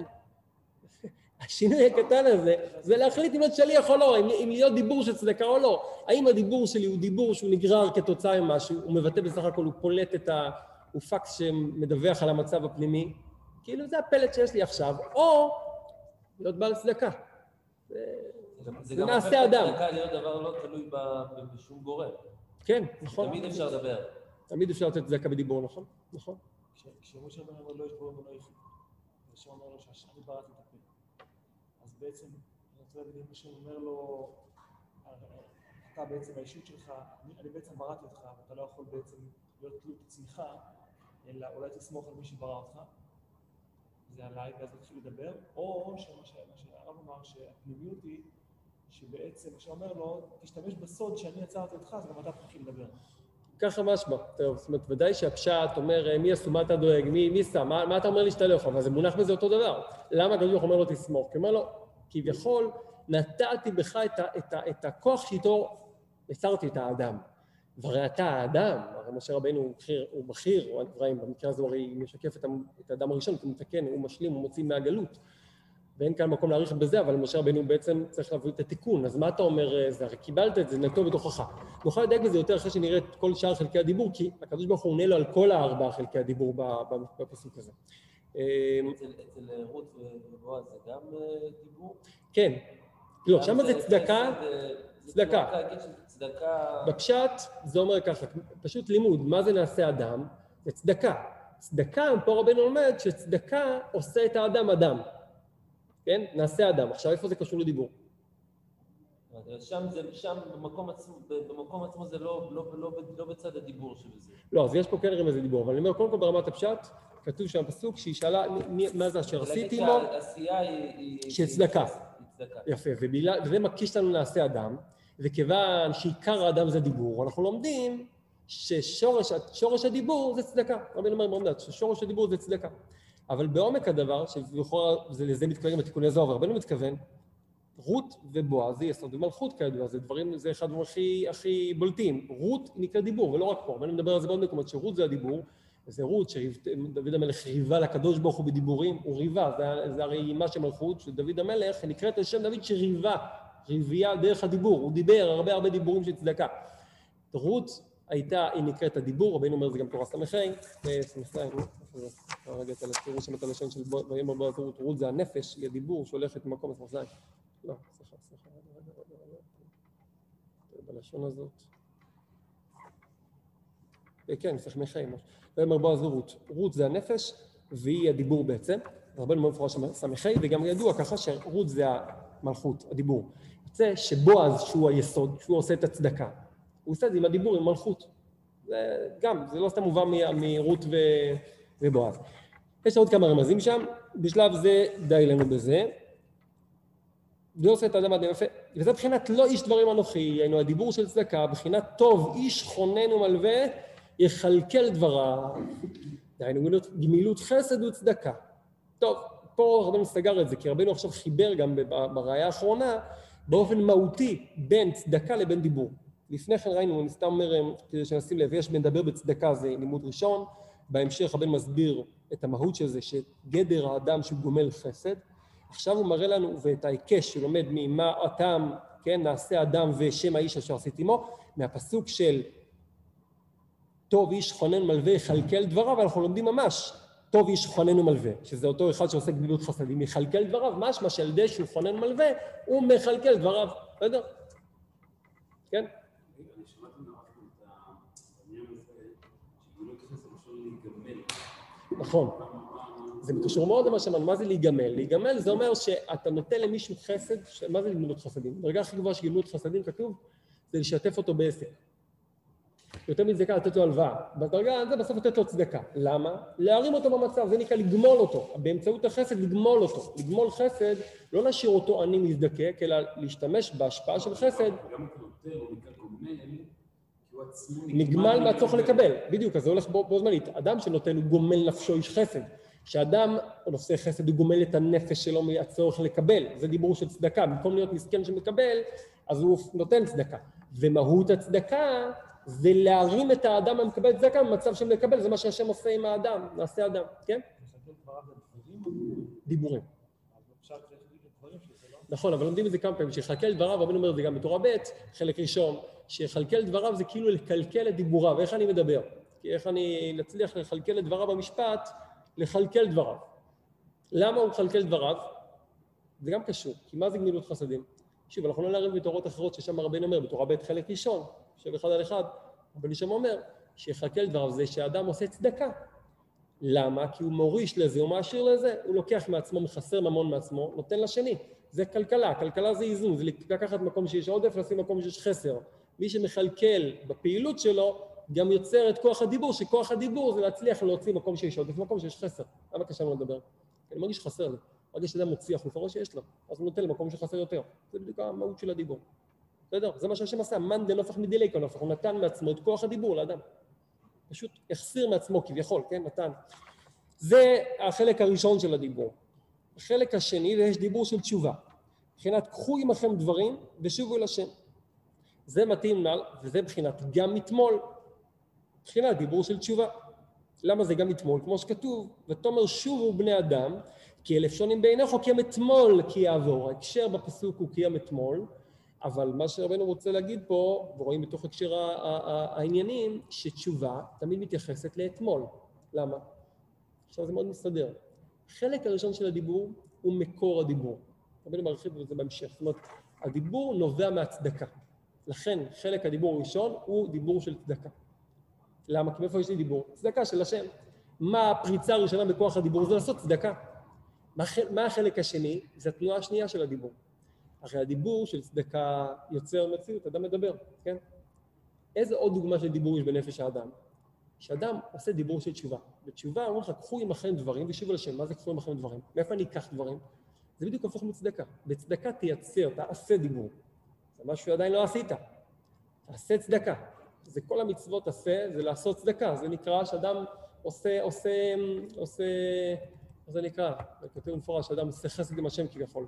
השינוי הקטן הזה, זה להחליט אם להיות שליח או לא, אם להיות דיבור של צדקה או לא. האם הדיבור שלי הוא דיבור שהוא נגרר כתוצאה ממשהו, הוא מבטא בסך הכל, הוא פולט הוא פקס שמדווח על המצב הפנימי, כאילו זה הפלט שיש לי עכשיו, או להיות בעל צדקה. זה נעשה אדם. זה צדקה להיות דבר לא תלוי בשום גורם. כן, נכון. תמיד אפשר לדבר. תמיד אפשר לתת צדקה בדיבור, נכון? נכון. כשמשה אומר לו לא יש בו ולא יחיד, משה אומר לו שאני בראתי את הפה. אז בעצם, אני רוצה להגיד, משה אומר לו, אתה בעצם האישות שלך, אני בעצם בראתי אותך, ואתה לא יכול בעצם להיות תלות עצמך, אלא אולי תסמוך על מי שברא אותך, זה עליי, ואז תתחיל לדבר, או שמה שהרב אמר שהפנימיות היא, שבעצם, שאומר לו, תשתמש בסוד שאני יצרתי אותך, אז גם אתה תתחיל לדבר. ככה משמע, טוב, זאת אומרת, ודאי שהפשט אומר, מי עשו, מה אתה דואג, מי שם, מה אתה אומר לי שאתה לא יכול, אבל זה מונח בזה אותו דבר. למה הקדוש ברוך הוא אומר לו תסמוך? כי אומר לו, כביכול, נתתי בך את הכוח שאיתו יצרתי את האדם. והרי אתה האדם, הרי משה רבינו הוא בכיר, או אברהם, במקרה הזה הוא הרי משקף את האדם הראשון, הוא מתקן, הוא משלים, הוא מוציא מהגלות. ואין כאן מקום להאריך בזה, אבל משה רבינו בעצם צריך להביא את התיקון. אז מה אתה אומר, זה הרי קיבלת את זה, נטו בתוכך. נוכל לדייק בזה יותר אחרי שנראה את כל שאר חלקי הדיבור, כי הקדוש ברוך הוא עונה לו על כל 4 חלקי הדיבור בפסוק הזה. אצל רות ובועז זה גם דיבור? כן. לא, שם זה צדקה. צדקה. בפשט זה אומר ככה, פשוט לימוד, מה זה נעשה אדם? זה צדקה. צדקה, פה רבינו לומד שצדקה עושה את האדם אדם. כן? נעשה אדם. עכשיו, איפה זה קשור לדיבור? שם במקום עצמו זה לא בצד הדיבור שבזה. לא, אז יש פה כן רמז לדיבור, אבל אני אומר, קודם כל ברמת הפשט, כתוב שם פסוק שהיא שאלה מה זה אשר עשיתי בו? העשייה היא שצדקה. יפה, וזה מקיש לנו נעשה אדם, וכיוון שעיקר האדם זה דיבור, אנחנו לומדים ששורש הדיבור זה צדקה. רבינו אומר מאוד, ששורש הדיבור זה צדקה. אבל בעומק הדבר, לזה מתכוון גם בתיקוני זוהר, רבינו מתכוון, רות ובועז זה יסוד ומלכות כידוע, זה אחד הדברים הכי בולטים. רות נקרא דיבור, ולא רק פה, רבינו מדבר על זה בעוד מקומות, שרות זה הדיבור, זה רות שדוד המלך ריבה לקדוש ברוך הוא בדיבורים, הוא ריבה, זה הרי אימה של מלכות, שדוד המלך נקראת על שם דוד שריבה, ריביה דרך הדיבור, הוא דיבר הרבה דיבורים של צדקה. רות היא נקראת הדיבור, רבינו אומר זה גם תורה סמכי, רגע, תראו שם את הלשון של ויאמר בועז רות, רות זה הנפש, היא הדיבור שהולכת ממקום סמכי. לא, סליחה, בלשון הזאת. כן, סמכי, ויאמר בועז רות זה הנפש, והיא הדיבור בעצם, רבינו מאוד מפורש סמכי, וגם ידוע ככה שרות זה המלכות, הדיבור. זה שבועז שהוא היסוד, שהוא עושה את הצדקה, הוא עושה את זה עם הדיבור, עם מלכות. זה לא סתם מובא מרות ובועז. יש עוד כמה רמזים שם, בשלב זה די לנו בזה. זה עושה את האדם האדם יפה, וזה בחינת לא איש דברים אנוכי, היינו הדיבור של צדקה, בחינת טוב איש חונן ומלווה, יכלכל דבריו. היינו גמילות חסד וצדקה. טוב, פה רבנו סגר את זה, כי רבנו עכשיו חיבר גם בראיה האחרונה, באופן מהותי בין צדקה לבין דיבור. לפני כן ראינו, אני סתם אומר, כדי שנשים לב, יש בין דבר בצדקה, זה לימוד ראשון, בהמשך רבנו מסביר את המהות של זה, שגדר האדם שהוא גומל חסד, עכשיו הוא מראה לנו, ואת ההיקש שלומד ממה הטעם, כן, נעשה אדם ושם האיש אשר עשית עמו, מהפסוק של טוב איש חונן מלווה יכלכל דבריו, אנחנו לומדים ממש טוב איש חונן ומלווה, שזה אותו אחד שעושה גמילות חסדים, יכלכל דבריו, משמע שעל ידי שהוא חונן מלווה, הוא מכלכל דבריו, בסדר? כן? אני שמעתי מערכנו את העניין הזה, שגמילות חסד משהו להיגמל. נכון. זה מקשור מאוד למה שאמרנו, מה זה להיגמל? להיגמל זה אומר שאתה נותן למישהו חסד, מה זה גמילות חסדים? ברגע הכי גבוהה שגמילות חסדים כתוב, זה לשתף אותו בעסק. יותר מצדקה לתת לו הלוואה. בדרגה הזה בסוף לתת לו צדקה. למה? להרים אותו במצב, זה נקרא לגמול אותו. באמצעות החסד לגמול אותו. לגמול חסד, לא להשאיר אותו עני מזדקק, אלא להשתמש בהשפעה של חסד. גם את הנותר, הוא נקרא גומל, כי הוא עצמו נגמל מהצורך לקבל. בדיוק, אז זה הולך בו זמנית. אדם שנותן הוא גומל נפשו איש חסד. כשאדם עושה חסד הוא גומל את הנפש שלו מהצורך לקבל. זה דיבור של צדקה. במקום להיות מסכן שמקבל, אז הוא נותן צדקה. ומהות הצדקה זה להרים את האדם המקבל צדקה במצב של לקבל, זה מה שהשם עושה עם האדם, נעשה אדם, כן? מסתכל דבריו לדברים? דיבורים. אז אפשר להגיד לדברים שזה לא? נכון, אבל לומדים את זה כמה פעמים, שיכלכל דבריו, רבנו אומר את זה גם בתורה ב', חלק ראשון, שיכלכל דבריו זה כאילו לקלקל את דיבוריו, איך אני מדבר? כי איך אני אצליח לכלכל את דבריו במשפט, לכלכל דבריו. למה הוא מכלכל דבריו? זה גם קשור, כי מה זה גמילות חסדים? שוב, אנחנו לא נערב בתורות אחרות ששם רבנו אומר, בתורה ב' חלק ראשון, של אחד על אחד, אבל שם אומר, שיכלכל דבריו זה שהאדם עושה צדקה. למה? כי הוא מוריש לזה, הוא מעשיר לזה, הוא לוקח מעצמו, מחסר ממון מעצמו, נותן לשני. זה כלכלה, כלכלה זה איזון, זה לקחת מקום שיש עודף, לשים מקום שיש חסר. מי שמכלכל בפעילות שלו, גם יוצר את כוח הדיבור, שכוח הדיבור זה להצליח להוציא מקום שיש עודף, מקום שיש חסר. למה קשה לנו לדבר? אני מרגיש חסר לי. מרגיש שאדם מוציא החופרו שיש לו, אז הוא נותן למקום שחסר יותר. זה בדיוק המהות של הדיבור. בסדר? זה מה שהשם עשה, מן דנופך מדיליקה נופך, הוא נתן מעצמו את כוח הדיבור לאדם. פשוט החסיר מעצמו כביכול, כן? נתן. זה החלק הראשון של הדיבור. החלק השני, יש דיבור של תשובה. מבחינת, קחו עמכם דברים ושובו אל השם. זה מתאים, וזה מבחינת גם מתמול. מבחינת דיבור של תשובה. למה זה גם מתמול? כמו שכתוב, ותאמר שובו בני אדם, כי 1000 שונים בעיניך, כי הם אתמול כי יעבור. ההקשר בפסוק הוא כי הם אתמול, אבל מה שרבנו רוצה להגיד פה, ורואים בתוך הקשר העניינים, שתשובה תמיד מתייחסת לאתמול. למה? עכשיו זה מאוד מסתדר. החלק הראשון של הדיבור הוא מקור הדיבור. רבנו מרחיב את זה בהמשך. זאת אומרת, הדיבור נובע מהצדקה. לכן חלק הדיבור הראשון הוא דיבור של צדקה. למה? כי מאיפה יש לי דיבור? צדקה של השם. מה הפריצה הראשונה בכוח הדיבור? זה לעשות צדקה. מה החלק השני? זה התנועה השנייה של הדיבור. הרי הדיבור של צדקה יוצר מציאות, אדם מדבר, כן? איזה עוד דוגמה של דיבור יש בנפש האדם? שאדם עושה דיבור של תשובה. בתשובה אומרים לך, קחו עמכם דברים ושובו לשם. מה זה קחו עמכם דברים? מאיפה אני אקח דברים? זה בדיוק הפוך מצדקה. בצדקה תייצר, תעשה דיבור. זה משהו שעדיין לא עשית. תעשה צדקה. זה כל המצוות עשה, זה לעשות צדקה. זה נקרא שאדם עושה, זה נקרא, כתוב במפורש, שאדם עושה חסד עם השם כביכול,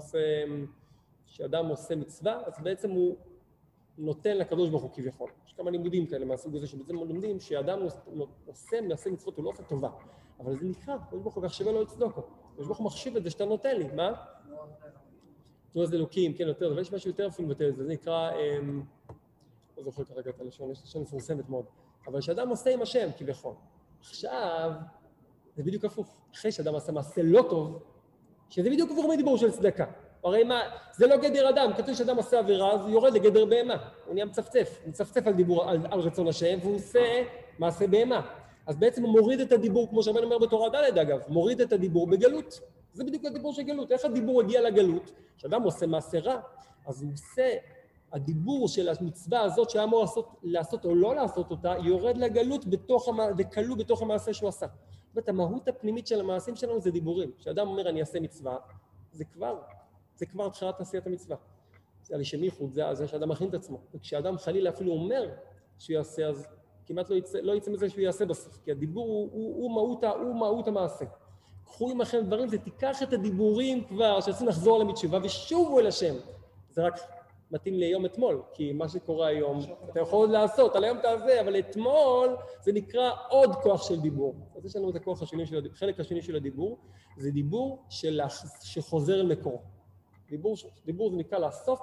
שאדם עושה מצווה, אז בעצם הוא נותן לקדוש ברוך הוא כביכול. יש כמה לימודים כאלה מהסוג הזה, שבעצם לומדים שאדם מעשה מצוות, הוא לא עושה טובה, אבל זה נקרא, קדוש ברוך הוא כך שווה לו את צדוקו. קדוש ברוך הוא מחשיב את זה שאתה נותן לי, מה? תנו איזה אלוקים, כן, יותר, אבל יש משהו יותר אפילו מבטא את זה, זה נקרא, לא זוכר כרגע את הלשון, יש לשון מפורסמת מאוד, אבל שאדם עושה עם השם כביכול. עכשיו, זה בדיוק הפוך. אחרי שאדם עשה מעשה לא טוב, שזה בדיוק הפוך מדיבור של צדקה. הרי מה, זה לא גדר אדם, כתוב שאדם עושה עבירה, אז הוא יורד לגדר בהמה. הוא נהיה מצפצף, הוא מצפצף על דיבור, על רצון השם, והוא עושה מעשה בהמה. אז בעצם הוא מוריד את הדיבור, כמו שהרבנו אומר בתורה ד' אגב, מוריד את הדיבור בגלות. זה בדיוק הדיבור של גלות. איך הדיבור הגיע לגלות? כשאדם עושה מעשה רע, אז הוא עושה, הדיבור של המצווה הזאת שהיה אמור לעשות או לא לעשות אותה, יורד לגלות וכלוא בתוך המעשה שהוא עשה. זאת אומרת, המהות הפנימית של המעשים שלנו זה דיבורים. כשאדם אומר אני אעשה מצווה, זה כבר זה כבר התחלת עשיית המצווה. זה על לשם ייחוד, זה שאדם מכין את עצמו. וכשאדם חלילה אפילו אומר שהוא יעשה, אז כמעט לא יצא מזה שהוא יעשה בסוף, כי הדיבור הוא מהות המעשה. קחו עמכם דברים, זה תיקח את הדיבורים כבר, שעושים לחזור למתשובה ושובו אל השם. זה רק מתאים ליום אתמול, כי מה שקורה היום, אתה יכול עוד לעשות, על היום תעשה, אבל אתמול זה נקרא עוד כוח של דיבור. אז יש לנו את הכוח השני של הדיבור, חלק השני של הדיבור, זה דיבור שחוזר אל מקורו. דיבור זה נקרא לאסוף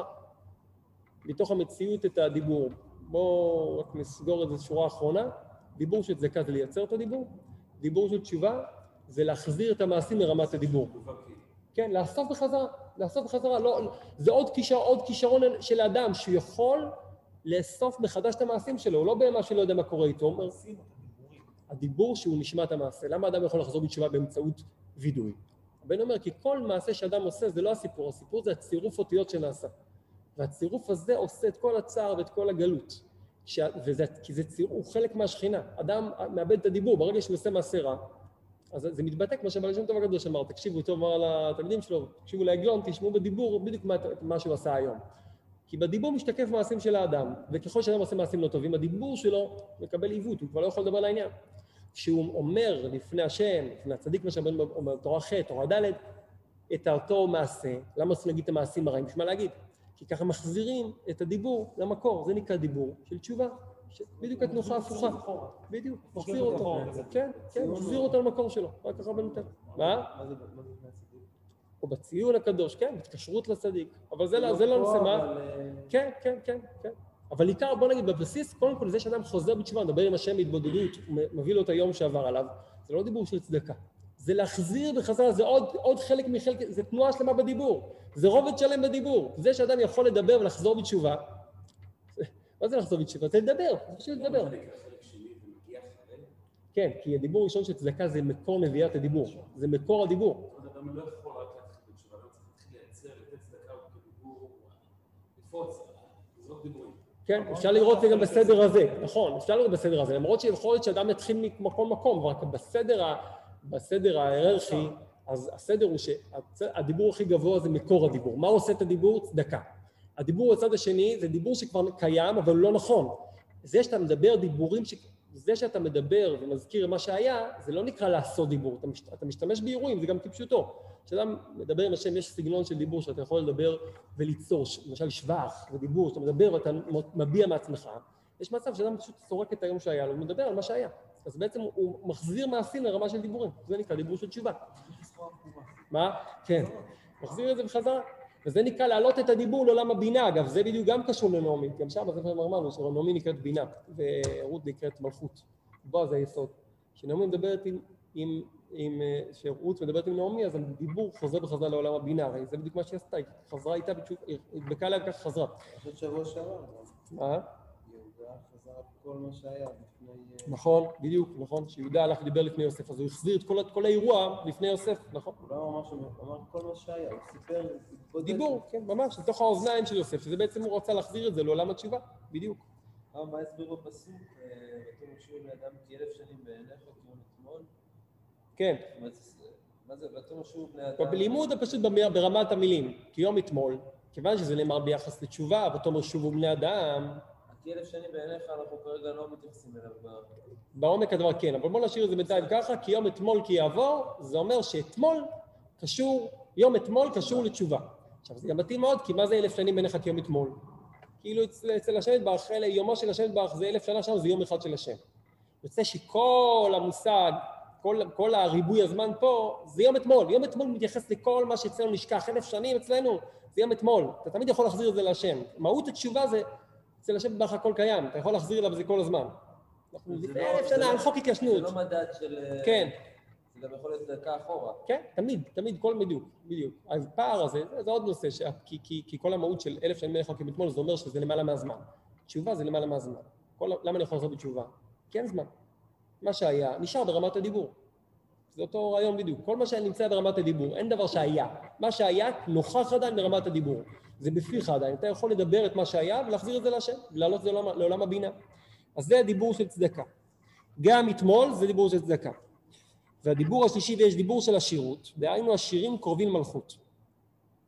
מתוך המציאות את הדיבור. בואו רק נסגור את זה שורה האחרונה. דיבור של צדקה זה לייצר את הדיבור, דיבור של תשובה זה להחזיר את המעשים מרמת הדיבור. כן, לאסוף בחזרה. לא, זה עוד כישרון של האדם שהוא יכול לאסוף מחדש את המעשים שלו, הוא לא במה שלא יודע מה קורה איתו. הדיבור שהוא נשמת המעשה. למה האדם יכול לחזור בתשובה באמצעות וידוי? הבן אומר, כי כל מעשה שאדם עושה זה לא הסיפור זה הצירוף אותיות שנעשה. והצירוף הזה עושה את כל הצער ואת כל הגלות. כי הוא חלק מהשכינה. אדם מאבד את הדיבור, ברגע שהוא עושה מעשה רע, אז זה מתבטא, כמו שבעל שם טוב הקדוש אמר, תקשיבו, טוב אמר לתלמידים שלו, תקשיבו לעגלון, תשמעו בדיבור בדיוק מה שהוא עשה היום. כי בדיבור משתקף מעשים של האדם, וככל שאדם עושה מעשים לא טובים, הדיבור שלו מקבל עיוות, הוא כבר לא יכול לדבר לעניין. כשהוא אומר לפני השם, לפני הצדיק, מה שאומרים בתורה ח', תורה ד', את אותו מעשה, למה עושים להגיד את המעשים הרעים? בשביל מה להגיד? כי ככה מחזירים את הדיבור למקור, זה נקרא דיבור של תשובה. בדיוק התנוחה הפוכה. בדיוק, מחזיר אותו. כן, מחזיר אותו למקור שלו. רק ככה בנותן. מה? מה זה לפני הצדיק? או בציון הקדוש, כן, בתקשרות לצדיק. אבל זה לא נושא מה. כן. אבל עיקר, בוא נגיד, בבסיס, קודם כל זה שאדם חוזר בתשובה, מדבר עם השם בהתבודדות, מביא לו את היום שעבר עליו, זה לא דיבור של צדקה. זה להחזיר בחזרה, זה עוד חלק מחלק, זה תנועה שלמה בדיבור. זה רובד שלם בדיבור. זה שאדם יכול לדבר ולחזור בתשובה, מה זה לחזור בתשובה? זה לדבר, זה פשוט לדבר. כן, כי הדיבור הראשון של צדקה זה מקור נביאת הדיבור, זה מקור הדיבור. אדם לא יכול רק להתחיל בתשובה, לא צריך להתחיל לייצר, לתת צדקה בדיבור, לפרוץ, לזרוק דיבורים. כן, אפשר לראות את זה גם בסדר הזה, נכון, אפשר לראות בסדר הזה, למרות שיכול להיות שאדם יתחיל ממקום, רק בסדר ההיררכי, אז הסדר הוא שהדיבור הכי גבוה זה מקור הדיבור. מה עושה את הדיבור? צדקה. הדיבור בצד השני זה דיבור שכבר קיים, אבל הוא לא נכון. זה שאתה מדבר דיבורים, זה שאתה מדבר ומזכיר מה שהיה, זה לא נקרא לעשות דיבור, אתה משתמש באירועים, זה גם כפשוטו. כשאדם מדבר עם השם, יש סגנון של דיבור שאתה יכול לדבר וליצור, למשל שבח ודיבור, שאתה מדבר ואתה מביע מעצמך. יש מצב שאדם פשוט סורק את היום שהיה לו, הוא מדבר על מה שהיה. אז בעצם הוא מחזיר מעשים לרמה של דיבורים, זה נקרא דיבור של תשובה. מה? כן, מחזיר את זה בחזרה. וזה נקרא להעלות את הדיבור לעולם הבינה, אגב, זה בדיוק גם קשור לנעמי, גם שם, אז אמרנו שנעמי נקראת בינה, ורות נקראת מלכות. בוא, זה היסוד. כשנעמי מדברת שרות מדברת עם נעמי, אז הדיבור חוזר בחזרה לעולם הבינה, הרי זה בדיוק מה שהיא עשתה, היא חזרה איתה, היא הדבקה לה וכך חזרה. פשוט שבוע שעבר. מה? יהודה חזר כל מה שהיה לפני... נכון, בדיוק, נכון, שיהודה הלך לדבר לפני יוסף, אז הוא החזיר את כל האירוע לפני יוסף, נכון? הוא לא אמר כל מה שהיה, הוא סיפר... דיבור, כן, ממש, לתוך האוזניים של יוסף, שזה בעצם הוא רצה להחזיר את זה לעולם התשובה, בדיוק. מה הסביר בפסוק? אותו משהו לאדם כאלף שנים בעיניך כיום אתמול? כן. מה זה? אותו משהו בני אדם... בלימוד פשוט ברמת המילים, כיום אתמול, כיוון שזה נאמר ביחס לתשובה, ואותו אומר שובו בני אדם, כאלף שנים בעיניך אנחנו כרגע לא מתייחסים אליו בעומק הדבר כן, אבל בואו נשאיר את זה בינתיים ככה, כי יום אתמול כי יעבור, זה אומר שאתמול קשור, יום אתמול קשור לתשובה. עכשיו זה גם מתאים מאוד, כי מה זה 1000 שנים בעיניך כיום אתמול? כאילו אצל השם יתברך, יומו של השם יתברך זה 1000 שנה שם, זה יום אחד של השם. יוצא שכל המושג, כל הריבוי הזמן פה, זה יום אתמול. יום אתמול מתייחס לכל מה שאצלנו נשכח, 1000 שנים אצלנו, זה יום אתמול. אתה תמיד יכול להחזיר את זה להשם. מהות התשובה זה, אצל השם יתברך הכל קיים, אתה יכול להחזיר אליו זה כל הזמן. אנחנו 1000 שנה, על חוק התיישנות. זה לא מדד של... כן. זה גם יכול להיות דקה אחורה. כן, תמיד, כל בדיוק. הפער הזה, זה עוד נושא, כי כל המהות של 1000 שנים בעיניך כיום אתמול, זה אומר שזה למעלה מהזמן. תשובה זה למעלה מהזמן. למה אני יכול לחזור בתשובה? כי אין זמן. מה שהיה, נשאר ברמת הדיבור. זה אותו רעיון בדיוק. כל מה שנמצא ברמת הדיבור, אין דבר שהיה. מה שהיה נוכח עדיין ברמת הדיבור. זה בפיך עדיין. אתה יכול לדבר את מה שהיה ולהחזיר את זה להשם, ולעלות את זה לעולם הבינה. אז זה הדיבור של צדקה. גם אתמול זה דיבור של צדקה. והדיבור השלישי, ויש דיבור של השירות, דהיינו השירים קרובים מלכות.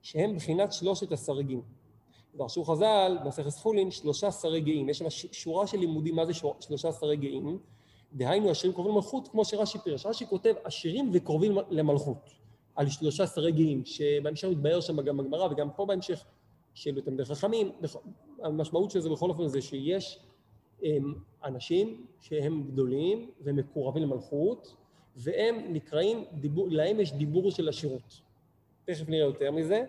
שהם בחינת 3 הסרגים. דרשו חז"ל, במסכת חולין, 3 סרגים. יש שם שורה של לימודים מה זה 3 סרגים. דהיינו, השירים קרובים למלכות, כמו שרש"י פירש. רש"י כותב, השירים וקרובים למלכות, על 3 סרגים, שבהמשך מתבהר שם גם בגמרא, וגם פה בהמשך, שאלו אותם דרך חכמים. המשמעות של זה בכל אופן זה שיש אנשים שהם גדולים ומקורבים למלכות, והם נקראים, להם יש דיבור של השירות. תכף נראה יותר מזה.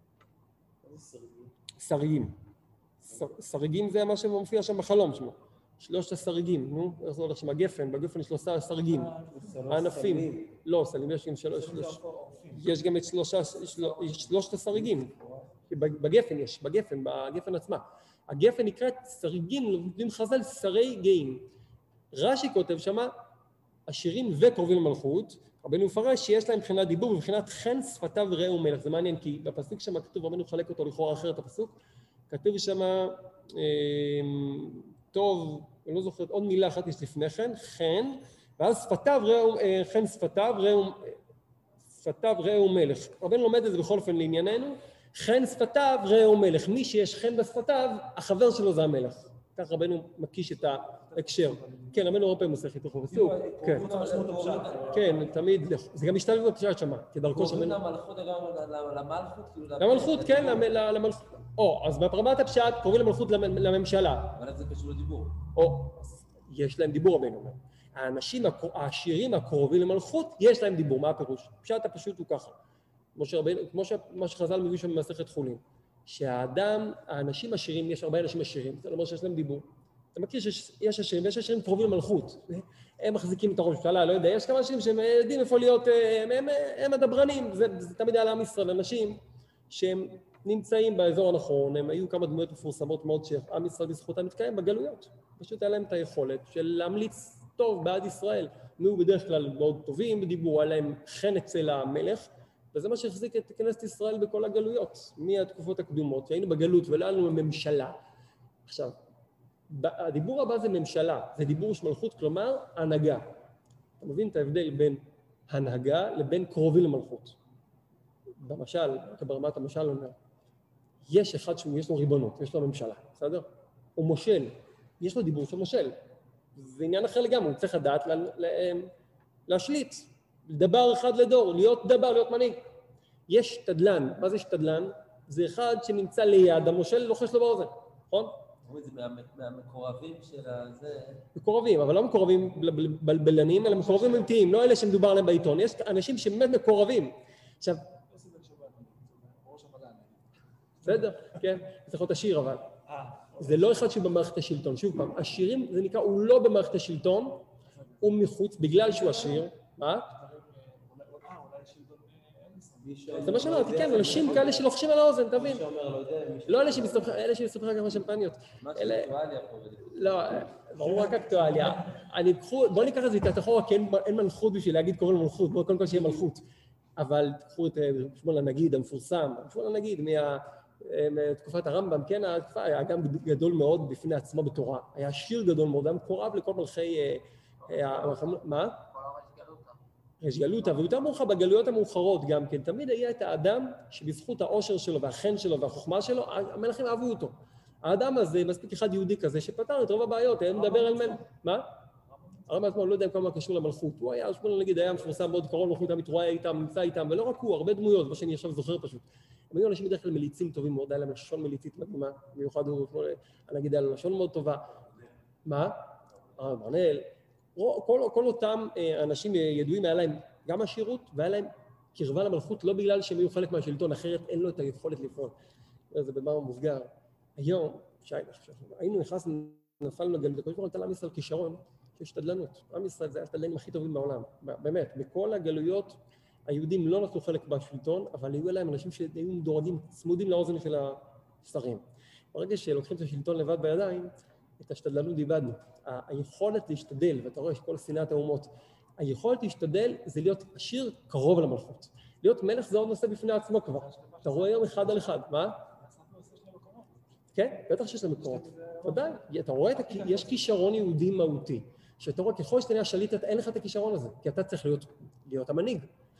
סרגים. סרגים זה מה שמופיע שם בחלום שמו. 3 הסרגים, נו, איך זה הולך שם? הגפן, בגפן יש 3 הסרגים. הענפים. לא, סלים, יש גם 3. יש גם את 3 הסרגים. בגפן יש, בגפן עצמה. הגפן נקראת סרגים, לומדים חז"ל שרי גאים. רש"י כותב שמה, השירים וקרובים למלכות, רבנו מפרש שיש להם מבחינת דיבור, מבחינת חן שפתיו רעהו מלך. זה מעניין, כי בפסוק שם כתוב, רבנו חלק אותו לכאורה אחרת הפסוק, כתוב שם, טוב, אני לא זוכרת, עוד מילה אחת יש לפני כן, חן, ואז שפתיו רעהו, חן שפתיו רעהו מלך. רבנו לומד את זה בכל אופן לענייננו, חן שפתיו רעהו מלך. מי שיש חן בשפתיו, החבר שלו זה המלך. כך רבנו מקיש את ההקשר. כן, רבנו הרבה מוסך איתו חופסוק. כן. כן, תמיד, זה גם משתלב בפשט שמה, כדרכו של רבנו. למלכות, כן, למלכות. אז בפרמת הפשט קוראים למלכות לממשלה. אבל זה קשור לדיבור. יש להם דיבור רבנו. האנשים העשירים הקרובים למלכות, יש להם דיבור. מה הפירוש? פשט הפשוט הוא ככה. כמו מה שחז"ל מביא שם במסכת חולין. האנשים עשירים, יש הרבה אנשים עשירים, זה אומר שיש להם דיבור. אתה מכיר שיש עשירים, ויש עשירים קרובים למלכות. הם מחזיקים את הראש ממשלה, לא יודע, יש כמה אנשים שהם יודעים איפה להיות, הם הדברנים, זה תמיד היה לעם ישראל, אנשים שהם נמצאים באזור הנכון, הם היו כמה דמויות מפורסמות מאוד שעם ישראל בזכותם מתקיים בגלויות. פשוט היה להם את היכולת של להמליץ טוב בעד ישראל. הם היו בדרך כלל מאוד טובים בדיבור, היה להם חן אצל המלך, וזה מה שהחזיק את כנסת ישראל בכל הגלויות, מהתקופות הקדומות, שהיינו בגלות ולא היינו ממשלה. עכשיו, הדיבור הבא זה ממשלה, זה דיבור של מלכות, כלומר, הנהגה. אתה מבין את ההבדל בין הנהגה לבין קרובים למלכות. במשל, כברמת המשל אומר, יש אחד שיש לו ריבונות, יש לו ממשלה, בסדר? הוא מושל, יש לו דיבור של מושל. זה עניין אחר לגמרי, הוא צריך לדעת להשליט. דבר אחד לדור, להיות דבר, להיות מנהיג. יש שתדלן, מה זה שתדלן? זה אחד שנמצא ליד, המושל לוחש לו באוזן, נכון? זה מהמקורבים של הזה. מקורבים, אבל לא מקורבים בלבלנים, אלא מקורבים אמיתיים, לא אלה שמדובר עליהם בעיתון. יש אנשים שבאמת מקורבים. עכשיו, בסדר, כן, זה יכול להיות עשיר, אבל זה לא אחד שבמערכת השלטון. שוב פעם, עשירים זה נקרא, הוא לא במערכת השלטון, הוא מחוץ, בגלל שהוא עשיר. מה? זה מה שאמרתי, כן, אנשים כאלה שלוחשים על האוזן, תבין. לא אלה שמסתובבים כמה שמפניות. מה שאקטואליה פה. לא, ברור רק אקטואליה. בואו ניקח את זה איתה אחורה, כי אין מלכות בשביל להגיד קוראים למלכות, בואו קודם כל שיהיה מלכות. אבל תקחו את שמואל הנגיד המפורסם, שמואל הנגיד מתקופת הרמב"ם, כן, התקופה היה גם גדול מאוד בפני עצמו בתורה. היה שיר גדול מאוד, היה מקורב לכל מלכי... מה? יש גלותה, ויותר מאוחר בגלויות המאוחרות גם כן, תמיד היה את האדם שבזכות העושר שלו והחן שלו והחוכמה שלו, המלכים אהבו אותו. האדם הזה, מספיק אחד יהודי כזה, שפתר את רוב הבעיות, היה מדבר על מלך. מה? הרמב"ם עצמו, לא יודע כמה קשור למלכות. הוא היה, שמואל נגיד, היה מפורסם מאוד, קרוב למלכות, תמיד רואה איתם, נמצא איתם, ולא רק הוא, הרבה דמויות, מה שאני עכשיו זוכר פשוט. הם היו אנשים בדרך כלל מליצים טובים מאוד, היה להם לשון מליצית מדהימה, במיוחד הוא, נגיד, היה לו לשון מאוד טובה. מה? ברנאל. כל אותם אנשים ידועים, היה להם גם עשירות, והיה להם קרבה למלכות, לא בגלל שהם היו חלק מהשלטון, אחרת אין לו את היכולת לפעול. זה במאמר מוסגר. היום, היינו נפלנו לגלות, הקדוש ברוך הוא נתן לעם ישראל כישרון, שיש שתדלנות. עם ישראל זה השתדלנים הכי טובים בעולם. באמת, בכל הגלויות, היהודים לא נתנו חלק בשלטון, אבל היו להם אנשים שהיו מדורגים, צמודים לאוזן של השרים. ברגע שלוקחים את השלטון לבד בידיים, את השתדלנות איבדנו. היכולת להשתדל, ואתה רואה שכל שנאת האומות, היכולת להשתדל זה להיות עשיר קרוב למלכות. להיות מלך זה עוד נושא בפני עצמו כבר. אתה רואה יום אחד על אחד, מה? כן, בטח שיש להם מקורות. ודאי, אתה רואה, יש כישרון יהודי מהותי, שאתה רואה ככל שאתה נהיה שליט, אין לך את הכישרון הזה, כי אתה צריך להיות המנהיג.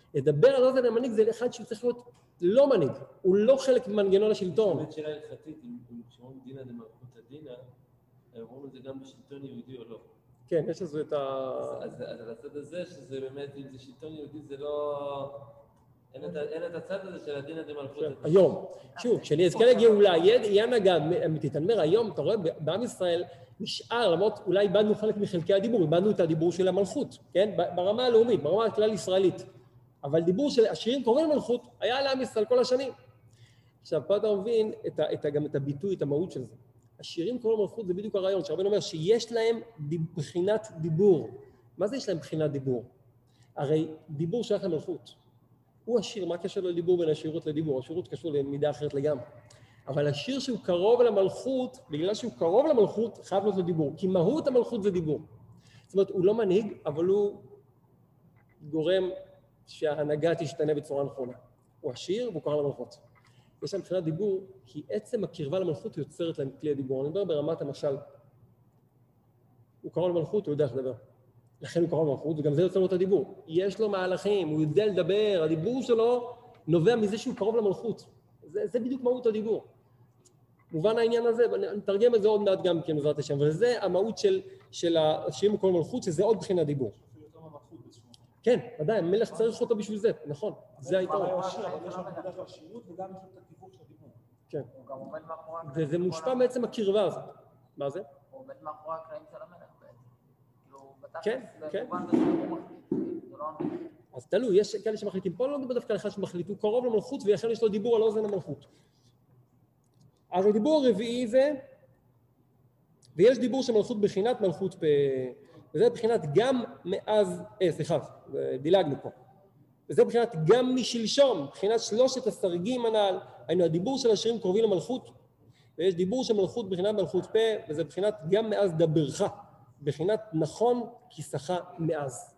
לדבר על אוזן המנהיג זה לאחד שהוא צריך להיות לא מנהיג, הוא לא חלק ממנגנון השלטון. באמת שאלה הלכתית, אם כשאומרים דינא דמלכותא דינא, אומרים את זה גם בשלטון יהודי או לא? כן, יש לזה את ה... אז על הצד הזה, שזה באמת, אם זה שלטון יהודי, זה לא... אין את הצד הזה של הדינא דמלכותא דינא. היום, שוב, כשאני אזכה לגאולה, יהיה הנהגה אמיתית. אני אומר, היום, אתה רואה, בעם ישראל נשאר, למרות אולי איבדנו חלק מחלקי הדיבור, איבדנו את הדיבור של המלכות, כן? ברמה הלאומית, ברמה הכלל ישראלית. אבל דיבור של השירים קוראים למלכות, היה לעם ישראל כל השנים. עכשיו, פה אתה מבין גם את הביטוי, את המהות של זה. השירים קוראים למלכות זה בדיוק הרעיון, שהרבן אומר שיש להם בחינת דיבור. מה זה יש להם בחינת דיבור? הרי דיבור שייך למלכות. הוא השיר, מה הקשר לדיבור בין השירות לדיבור? השירות קשור למידה אחרת לגמרי. אבל השיר שהוא קרוב למלכות, בגלל שהוא קרוב למלכות, חייב להיות לו דיבור. כי מהות המלכות זה דיבור. זאת אומרת, הוא לא מנהיג, אבל הוא גורם שההנהגה תשתנה בצורה נכונה. הוא השיר והוא קרוב למלכות. יש להם מבחינת דיבור, כי עצם הקרבה למלכות יוצרת להם כלי הדיבור. אני מדבר ברמת המשל. הוא קרוב למלכות, הוא יודע איך לדבר. לכן הוא קרוב למלכות, וגם זה יוצר לו את הדיבור. יש לו מהלכים, הוא יודע לדבר, הדיבור שלו נובע מזה שהוא קרוב למלכות. זה בדיוק מהות הדיבור. מובן העניין הזה, ואני אתרגם את זה עוד מעט גם כן, בעזרת השם, וזה המהות של השירים וקרוב למלכות, שזה עוד בחינת דיבור. כן, ודאי, המלך צריך אותו בשביל זה, נכון, זה היתרון. אבל יש לו נקודה של השירות וגם יש לו את התיווך של הדיבור. כן. הוא גם עומד מאחורי... וזה מושפע בעצם הקרבה הזאת. מה זה? הוא עומד מאחורי הקלעים של המלך בעצם. כאילו, כן, כן. במובן הזה שהוא מחליט, זה לא המלך. אז תלוי, יש כאלה שמחליטים. פה לא מדבר דווקא על אחד שמחליט, הוא קרוב למלכות ולכן יש לו דיבור על אוזן המלכות. אז הדיבור הרביעי זה, ויש דיבור של מלכות בחינת מלכות פה, וזה בחינת גם מאז, דילגנו פה. וזה בחינת גם משלשום, בחינת שלושת הסרגים הנ"ל, היינו הדיבור של השירים קרובים למלכות, ויש דיבור של מלכות בחינת מלכות פה, וזה בחינת גם מאז דברך, בחינת נכון כיסך מאז.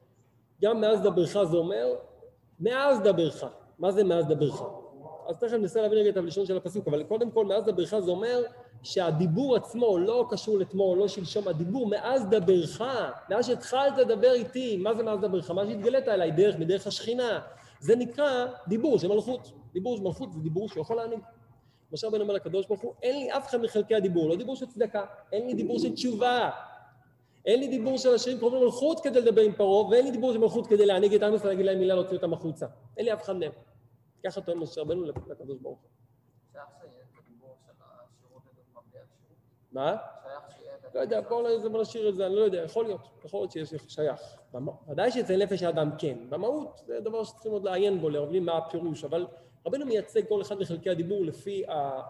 גם מאז דברך זה אומר, מאז דברך. מה זה מאז דברך? אז תכף ננסה להבין רגע את הלשון של הפסוק, אבל קודם כל מאז דברך זה אומר שהדיבור עצמו לא קשור לתמול, לא שלשום, הדיבור מאז דברך, מאז שהתחלת לדבר איתי, מה זה מאז דברך? מה שהתגלית אליי מדרך השכינה, זה נקרא דיבור של מלכות. דיבור של מלכות זה דיבור שיכול להנהיג. משה רבנו אומר לקדוש ברוך הוא, אין לי אף אחד מחלקי הדיבור, לא דיבור של צדקה, אין לי דיבור של תשובה, אין לי דיבור של השירים קרובים למלכות כדי לדבר עם פרעה, ואין לי דיבור של מלכות כדי להנהיג את עם ישראל, להגיד להם מילה, להוציא אותם החוצה. אין לי אף אחד מהם. ככה טוען משה רבנו לקדוש ברוך הוא. שייך שיהיה את הדיבור של השירות לדוגמה בלי השירות? מה? שייך שיהיה את לא יודע, בוא נשאיר את זה, אני לא יודע, יכול להיות שיש שייך. ודאי שאצל נפש האדם כן. במהות זה דבר שצריכים עוד לעיין בו, להבין מה הפירוש, אבל רבנו מייצג כל אחד מחלקי הדיבור לפי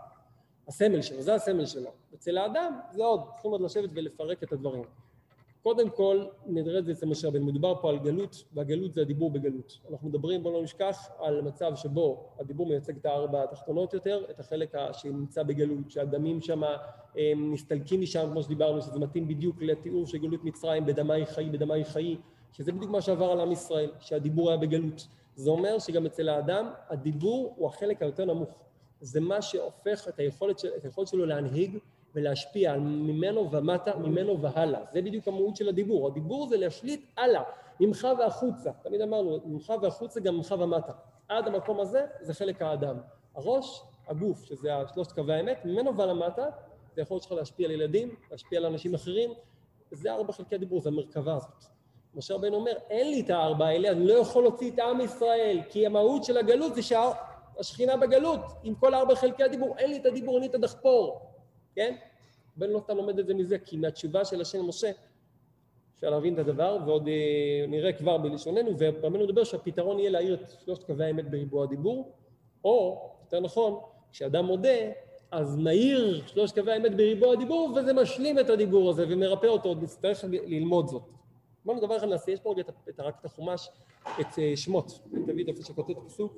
הסמל שלו, זה הסמל שלו. אצל האדם זה עוד, צריכים עוד לשבת ולפרק את הדברים. קודם כל, נדבר את זה אצל משה רבנו, מדובר פה על גלות, והגלות זה הדיבור בגלות. אנחנו מדברים, בוא לא נשכח, על מצב שבו הדיבור מייצג את הארבע התחתונות יותר, את החלק שנמצא בגלות, שהדמים שם מסתלקים משם, כמו שדיברנו, שזה מתאים בדיוק לתיאור של גלות מצרים, בדמי חיי, שזה בדיוק מה שעבר על עם ישראל, שהדיבור היה בגלות. זה אומר שגם אצל האדם, הדיבור הוא החלק היותר נמוך. זה מה שהופך את היכולת שלו להנהיג, ולהשפיע ממנו ומטה, ממנו והלאה. זה בדיוק המהות של הדיבור. הדיבור זה להשליט הלאה, ממך והחוצה. תמיד אמרנו, ממך והחוצה גם ממך ומטה. עד המקום הזה זה חלק האדם. הראש, הגוף, שזה שלושת קווי האמת, ממנו ולמטה, זה יכול שלך להשפיע על ילדים, להשפיע על אנשים אחרים. זה ארבע חלקי הדיבור, זה המרכבה הזאת. משה רבנו אומר, אין לי את הארבע האלה, אני לא יכול להוציא את עם ישראל, כי המהות של הגלות זה שהשכינה בגלות, עם כל ארבע חלקי הדיבור, אין לי את הדיבור, אין לי את הדחפור. כן? בן לא אתה לומד את זה מזה, כי מהתשובה של השם משה, אפשר להבין את הדבר, ועוד נראה כבר בלשוננו, ורבנו מדבר שהפתרון יהיה להעיר את שלושת קווי האמת בריבוע הדיבור, או, יותר נכון, כשאדם מודה, אז מעיר שלושת קווי האמת בריבוע הדיבור, וזה משלים את הדיבור הזה, ומרפא אותו, עוד נצטרך ללמוד זאת. בואו נדבר אחד נעשה, יש פה רגע רק את החומש, את שמות, תביא את איפה שכותב את הפסוק,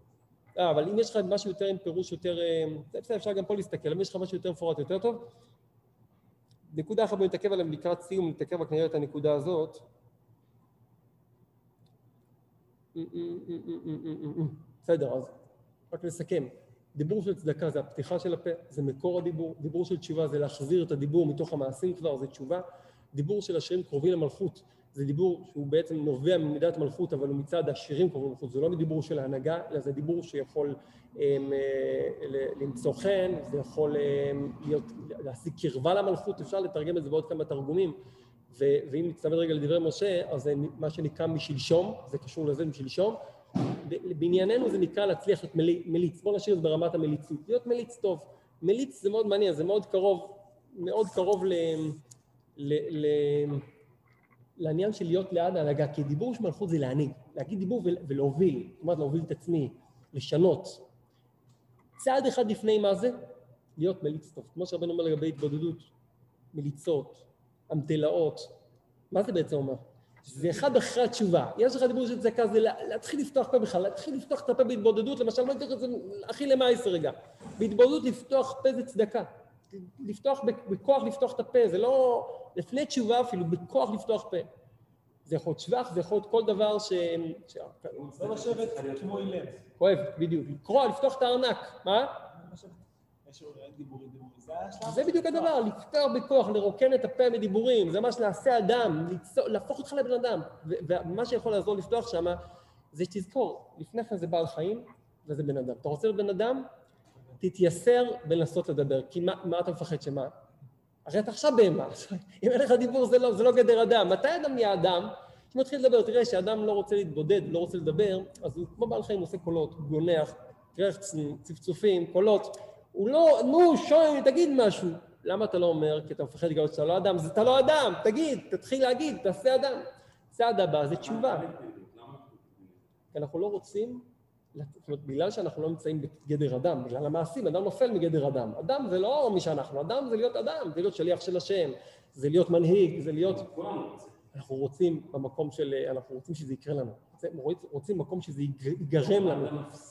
אבל אם יש לך משהו יותר עם פירוש יותר, אפשר גם פה להסתכל, אם יש לך משהו יותר מפורט יותר טוב, נקודה אחת בוא נתעכב עליהם לקראת סיום, נתעכב רק נראה את הנקודה הזאת. בסדר, אז רק נסכם. דיבור של צדקה זה הפתיחה של הפה, זה מקור הדיבור, דיבור של תשובה זה להחזיר את הדיבור מתוך המעשים כבר, זה תשובה. דיבור של השירים קרובים למלכות, זה דיבור שהוא בעצם נובע ממידת מלכות, אבל הוא מצד השירים קוראים מלכות, זה לא דיבור של ההנהגה, אלא זה דיבור שיכול למצוא חן, זה יכול להשיג קרבה למלכות, אפשר לתרגם את זה בעוד כמה תרגומים, ואם נצטמד רגע לדברי משה, אז זה מה שנקרא משלשום, זה קשור לזה משלשום, בענייננו זה נקרא להצליח להיות מליץ, בוא נשאיר את זה ברמת המליצות, להיות מליץ טוב, מליץ זה מאוד מעניין, זה מאוד קרוב לעניין של להיות ליד ההנהגה, כי דיבור של מלכות זה להנהיג, להגיד דיבור ולהוביל, זאת אומרת להוביל את עצמי, לשנות. צעד אחד לפני מה זה? להיות מליץ טוב. כמו שהרבנו אומר לגבי התבודדות, מליצות, אמתלאות, מה זה בעצם אומר? זה אחד אחרי התשובה. יש לך דיבור של צדקה, זה להתחיל לפתוח פה בכלל, להתחיל לפתוח את הפה בהתבודדות, למשל, לא ניקח את זה הכי למעשר רגע. בהתבודדות לפתוח פה זה צדקה. לפתוח בכוח לפתוח את הפה, זה לא לפני תשובה אפילו, בכוח לפתוח פה. זה יכול להיות שבח, זה יכול להיות כל דבר לא לשבת כמו אילם. כואב, בדיוק. לקרוא, לפתוח את הארנק. מה? יש דיבורים. זה בדיוק הדבר, לפתוח בכוח, לרוקן את הפה מדיבורים, זה מה שנעשה אדם, להפוך אותך לבן אדם. ומה שיכול לעזור לפתוח שם, זה שתזכור, לפני כן זה בעל חיים, וזה בן אדם. אתה רוצה להיות בן אדם? תתייסר בלנסות לדבר, כי מה אתה מפחד שמה? הרי אתה עכשיו בהמה, אם אין לך דיבור זה לא גדר אדם. מתי אדם נהיה אדם? כשמתחיל לדבר, תראה שאדם לא רוצה להתבודד, לא רוצה לדבר, אז הוא כמו בעל חיים עושה קולות, הוא גונח, קרחצים, צפצופים, קולות. הוא לא, שוי, תגיד משהו. למה אתה לא אומר? כי אתה מפחד לגלות שאתה לא אדם. אז אתה לא אדם, תגיד, תתחיל להגיד, תעשה אדם. צעד הבא, זה תשובה. כי אנחנו לא רוצים, זאת אומרת, בגלל שאנחנו לא נמצאים בגדר אדם, בגלל המעשים, אדם נופל מגדר אדם. אדם זה לא מי שאנחנו, אדם זה להיות אדם, זה להיות שליח של השם, זה להיות מנהיג, זה להיות... אנחנו רוצים במקום של... אנחנו רוצים שזה יקרה לנו. רוצים מקום שזה ייגרם לנו.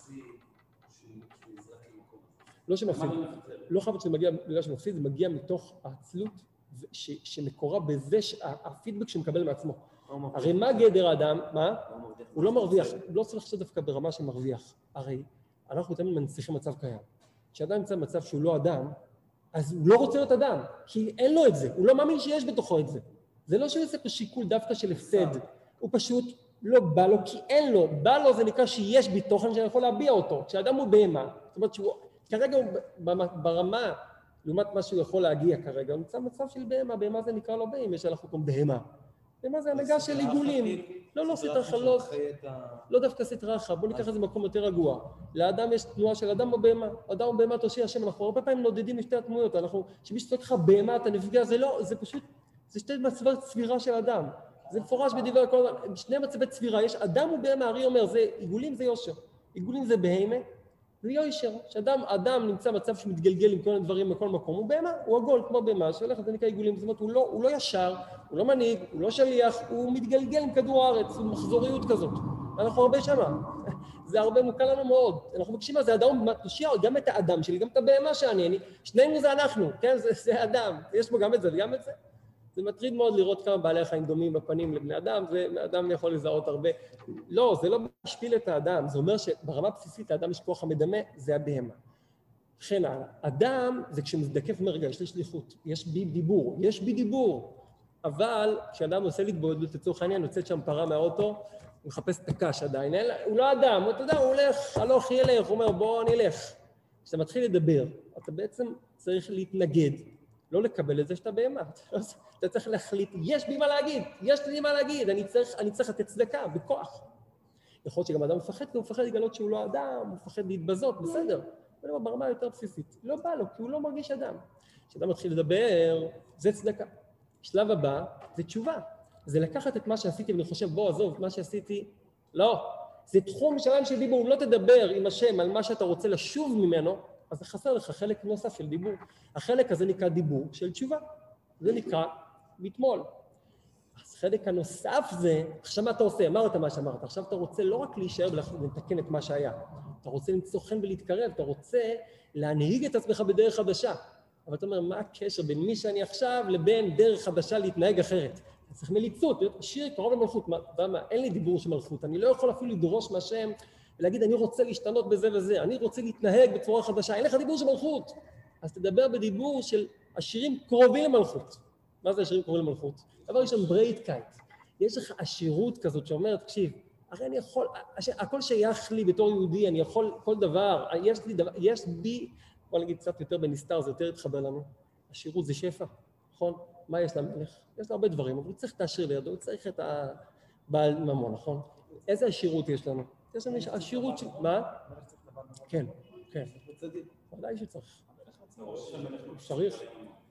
לא שמפסיד, לא חייבת שזה מגיע בגלל שמפסיד, זה מגיע מתוך העצלות שמקורה בזה שהפידבק שמקבל מעצמו. הרי מה גדר האדם? מה? הוא לא מרוויח, לא צריך לחשוב דווקא ברמה שמרוויח. הרי אנחנו תמיד מנציחים מצב קיים. כשאדם נמצא במצב שהוא לא אדם, אז הוא לא רוצה להיות אדם, כי אין לו את זה, הוא לא מאמין שיש בתוכו את זה. זה לא שהוא יעשה פה שיקול דווקא של הפסד, הוא פשוט לא בא לו כי אין לו, בא לו זה נקרא שיש בי תוכן שאני יכול להביע אותו, כשאדם הוא בהמה, זאת אומרת שהוא כרגע הוא ברמה, לעומת מה שהוא יכול להגיע כרגע, הוא נמצא במצב של בהמה, בהמה זה נקרא לו בהמה, יש אנחנו קוראים בהמה. בהמה זה הנהגה של עיגולים, לא סתר חלות, לא דווקא סתר אחת, בוא ניקח איזה מקום יותר רגוע. לאדם יש תנועה של אדם או בהמה, אדם או בהמה תושיע השם, אנחנו הרבה פעמים נודדים משתי התנועות, שמי שצריך לך בהמה אתה נפגע, זה לא, זה פשוט, זה שתי מצבי צבירה של אדם. זה מפורש בדברי הכל, שני מצבי צבירה, יש אדם ובהמה, הרי אומר, זה עיגולים זה יושר, עיגולים זה בהמה, זה יושר, שאדם נמצא מצב שמתגלגל עם כל הדברים בכל מקום, הוא בהמה, הוא עגול כמו בהמה, שהולך, זה נקרא עיגולים, זאת אומרת, הוא לא ישר, הוא לא מנהיג, הוא לא שליח, הוא מתגלגל עם כדור הארץ, הוא מחזוריות כזאת. אנחנו הרבה שמה, זה הרבה מוקל לנו מאוד, אנחנו מבקשים על זה, אדם תושיע גם את האדם שלי, גם את הבהמה שאני, שנינו זה אנחנו, כן, זה אדם, יש בו גם את זה וגם את זה. זה מטריד מאוד לראות כמה בעלי חיים דומים בפנים לבני אדם, ואדם יכול לזהות הרבה. לא, זה לא משפיל את האדם, זה אומר שברמה בסיסית האדם יש כוח המדמה, זה הבהמה. וכן הלאה. אדם זה כשמזדקף אומר, רגע, יש לי שליחות, יש בי דיבור, אבל כשאדם עושה להתבודדות לצורך העניין, יוצאת שם פרה מהאוטו, הוא מחפש את הקש עדיין, הוא לא אדם, אתה יודע, הוא הולך, הלוך ילך, הוא אומר, בוא נלך. כשאתה מתחיל לדבר, אתה בעצם צריך להתנגד, לא לקבל את זה שאתה בהמה. אתה צריך להחליט, יש לי מה להגיד, אני צריך לתת צדקה, בכוח. יכול להיות שגם אדם מפחד, כי הוא מפחד לגלות שהוא לא אדם, הוא מפחד להתבזות, בסדר. אבל ברמה יותר בסיסית, לא בא לו, כי הוא לא מרגיש אדם. כשאדם מתחיל לדבר, זה צדקה. שלב הבא, זה תשובה. זה לקחת את מה שעשיתי, ואני חושב, בוא, עזוב, מה שעשיתי, לא. זה תחום שלם של דיבור, אם לא תדבר עם השם על מה שאתה רוצה לשוב ממנו, אז זה חסר לך חלק נוסף של דיבור. החלק הזה נקרא דיבור של תשובה. זה נקרא מתמול. אז חלק הנוסף זה, עכשיו מה אתה עושה? אמרת מה שאמרת. עכשיו אתה רוצה לא רק להישאר ולתקן את מה שהיה. אתה רוצה למצוא חן ולהתקרב, אתה רוצה להנהיג את עצמך בדרך חדשה. אבל אתה אומר, מה הקשר בין מי שאני עכשיו לבין דרך חדשה להתנהג אחרת? אתה צריך מליצות, להיות עשיר קרוב למלכות. מה? אין לי דיבור של מלכות. אני לא יכול אפילו לדרוש מהשם ולהגיד, אני רוצה להשתנות בזה וזה, אני רוצה להתנהג בצורה חדשה. אין לך דיבור של מלכות. אז תדבר בדיבור של עשירים קרובים למלכות. מה זה עשירים קרובים למלכות? דבר ראשון, ברייטקייט. יש לך עשירות כזאת שאומרת, תקשיב, הרי אני יכול, הכל שייך לי בתור יהודי, אני יכול כל דבר, יש בי, בוא נגיד קצת יותר בנסתר, זה יותר יתחבר לנו. עשירות זה שפע, נכון? מה יש למלך? יש לו הרבה דברים, אבל הוא צריך את העשיר לידו, הוא צריך את הבעל ממון, נכון? איזה עשירות יש לנו? יש לנו עשירות מה? כן, כן. ודאי שצריך. צריך.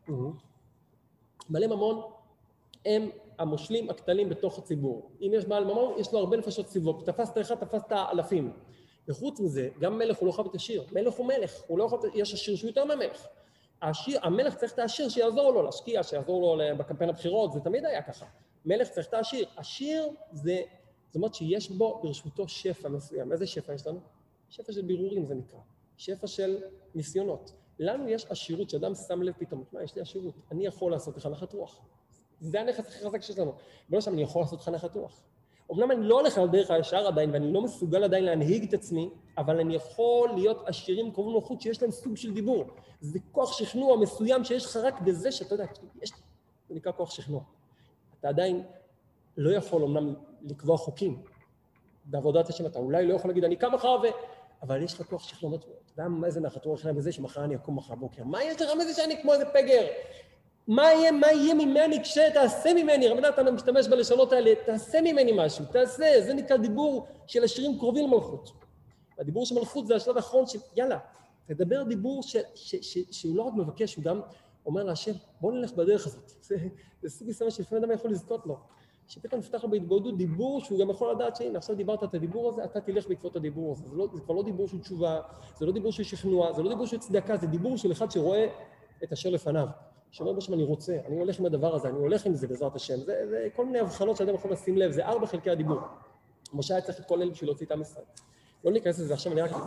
בעלי ממון הם המושלים הקטנים בתוך הציבור. אם יש בעל ממון, יש לו הרבה נפשות סביבו. תפסת אחד, תפסת אלפים. וחוץ מזה, גם מלך הוא לא חייב להיות עשיר. מלך הוא מלך, הוא לא חייב, יש עשיר שהוא יותר מהמלך. המלך צריך את העשיר שיעזור לו להשקיע, שיעזור לו בקמפיין הבחירות, זה תמיד היה ככה. מלך צריך את העשיר. עשיר זה זאת אומרת שיש בו ברשותו שפע מסוים. איזה שפע יש לנו? שפע של בירורים זה נקרא. שפע של ניסיונות. לנו יש עשירות, שאדם שם לב פתאום, מה, יש לי עשירות, אני יכול לעשות לך נחת רוח. זה הנכס הכי חזק שיש לנו. ולא שם אני יכול לעשות לך נחת רוח. אמנם אני לא הולך על דרך הישר עדיין, ואני לא מסוגל עדיין להנהיג את עצמי, אבל אני יכול להיות עשירים קרובים לחוץ שיש להם סוג של דיבור. זה כוח שכנוע מסוים שיש לך רק בזה שאתה יודע, זה נקרא כוח שכנוע. אתה עדיין לא יכול אמנם לקבוע חוקים. בעבודת השם אתה אולי לא יכול להגיד, אני קם מחר אבל יש לך כוח שכנוע. אתה יודע מה איזה נחת רוח בזה שמחר אני אקום מחר בוקר? מה יש לך מזה שאני כמו איזה פגר? מה יהיה ממני כשתעשה ממני? רבי נתן משתמש בלשונות האלה, תעשה ממני משהו, תעשה, זה נקרא דיבור של עשירים קרובים למלכות. הדיבור של מלכות זה השלב האחרון יאללה, תדבר דיבור שהוא לא רק מבקש, הוא גם אומר להשם, בוא נלך בדרך הזאת. זה סוג מסוים שלפעמים אדם יכול לזכות לו. שפתאום נפתח לו בהתבודדות דיבור שהוא גם יכול לדעת שהנה, עכשיו דיברת את הדיבור הזה, אתה תלך בעקבות הדיבור הזה. זה כבר לא דיבור של תשובה, זה לא דיבור של שכנוע, זה לא דיבור של צדקה, זה דיבור של אחד שרואה את אשר לפניו. שאומר בשם, אני רוצה, אני הולך עם הדבר הזה, אני הולך עם זה בעזרת השם. זה כל מיני הבחנות שאדם יכול לשים לב, זה 4 חלקי הדיבור. משה היה צריך את כל אלה בשביל להוציא את עם ישראל. לא ניכנס לזה עכשיו, אני רק...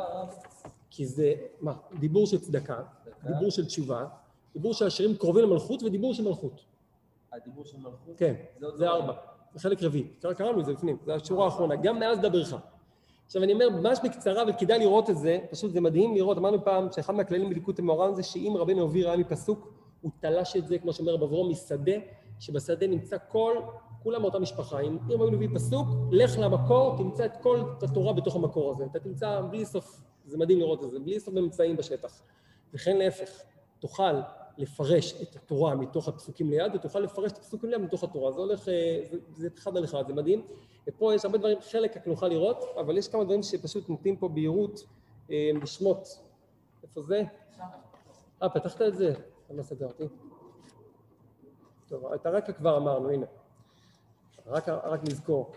כי זה, מה? דיבור של צדקה, דיבור של תשובה, דיבור של עשירים קרובים למלכות ודיבור של מלכות. הדיבור של מלכות? כן, זה 4. זה חלק רביעי. קראנו את זה לפנים, זה השורה האחרונה, גם מאז דברך. עכשיו אני אומר ממש בקצרה, וכדאי לראות את זה, פשוט זה מדהים לראות, אמרנו פעם שאחד מהכללים בליקוטי מוהר"ן זה שאם רבינו אובירה היה מפסוק, הוא תלש את זה, כמו שאומר בברום, משדה, שבשדה נמצא כולם מאותה משפחה. אם רבינו מביא פסוק, לך למקור, תמצא את כל התורה בתוך המקור הזה. אתה תמצא בלי סוף, זה מדהים לראות את זה, בלי סוף ממצאים בשטח. וכן להפך, תוכל לפרש את התורה מתוך הפסוקים ליד, ותוכל לפרש את הפסוקים ליד מתוך התורה. זה הולך, זה אחד על אחד, זה מדהים. ופה יש הרבה דברים, חלק נוכל לראות, אבל יש כמה דברים שפשוט נותנים פה בהירות בשמות. איפה זה? פתחת את זה? אני לא סגרתי. טוב, את הרקע כבר אמרנו, הנה. רק נזכור.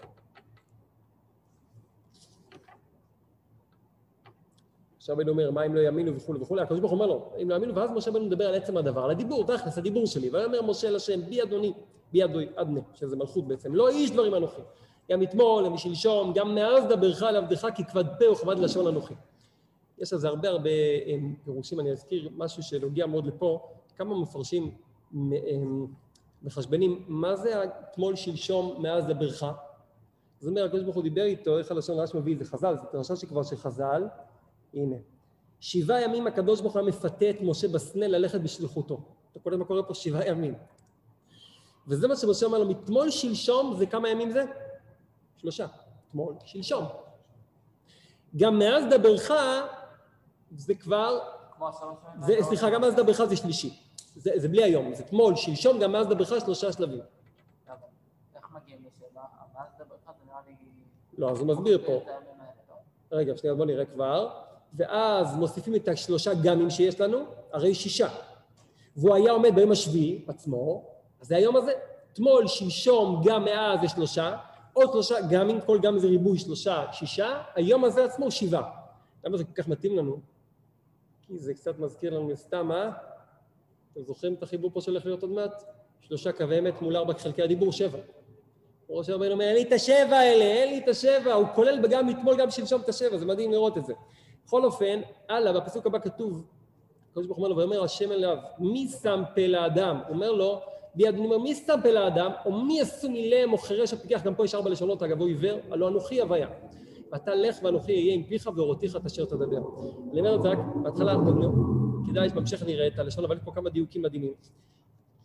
עכשיו רבינו אומר, מה אם לא יאמינו וכו' וכו', הקדוש ברוך הוא אומר לו, אם לא יאמינו, ואז משה רבינו מדבר על עצם הדבר, על הדיבור, תכלס, הדיבור שלי, ואומר משה לשם, בי אדוני, בי אדני, שזה מלכות בעצם, לא איש דברים אנוכי, גם אתמול, גם משלשום, גם מאז דברך לעבדך, כי כבד פה וכבד לשון אנוכי. יש על זה הרבה פירושים, אני אזכיר משהו שנוגע מאוד לפה, כמה מפרשים מחשבנים, מה זה אתמול שלשום מאז דברך? זאת אומרת, הקדוש ברוך הוא דיבר איתו, איך הלשון רש מביא, זה חז"ל, זה פרשה שכבר של חז"ל, הנה. 7 ימים הקדוש ברוך הוא מפתה את משה בסנה ללכת בשליחותו. אתה קורא מה קורה פה 7 ימים. וזה מה שמשה אומר לו, מתמול שלשום, זה כמה ימים זה? 3. אתמול שלשום. גם מאז דברך, זה כבר... סליחה, גם מאז דברך זה שלישי. זה בלי היום, זה אתמול שלשום, גם מאז דברך 3 שלבים. איך מגיעים ל7? מאז דברך זה נראה לי... לא, אז הוא מסביר פה. רגע, שנייה, בוא נראה כבר. ואז מוסיפים את 3 גמים שיש לנו, הרי 6. והוא היה עומד ביום השביעי עצמו, אז זה היום הזה. אתמול, שלשום, גם מאז זה 3, עוד 3 גמים, כל גם זה ריבוי 3, 6, היום הזה עצמו 7. למה זה כל כך מתאים לנו? כי זה קצת מזכיר לנו סתם, אתם זוכרים את החיבור פה שהולך להיות עוד מעט? 3 קווי אמת מול 4 חלקי הדיבור 7. ראש הרבנו אומר, אין לי את 7 האלה, אין לי את 7, הוא כולל גם אתמול גם שלשום את 7, זה מדהים לראות את זה. בכל אופן, הלאה, בפסוק הבא כתוב, הקדוש ברוך הוא אומר לו, ואומר השם אליו, מי שם פה לאדם? הוא אומר לו, ביד הוא אומר, מי שם פה לאדם, או מי עשו מילם או חירש הפיקח, גם פה יש 4 לשונות, אגב, הוא עיוור, הלא אנוכי הוויה. ואתה לך ואנוכי אהיה עם פיך ואורותיך את אשר תדבר. אני אומר את זה רק, בהתחלה, כדאי שבהמשך נראה את הלשון, אבל יש פה כמה דיוקים מדהימים.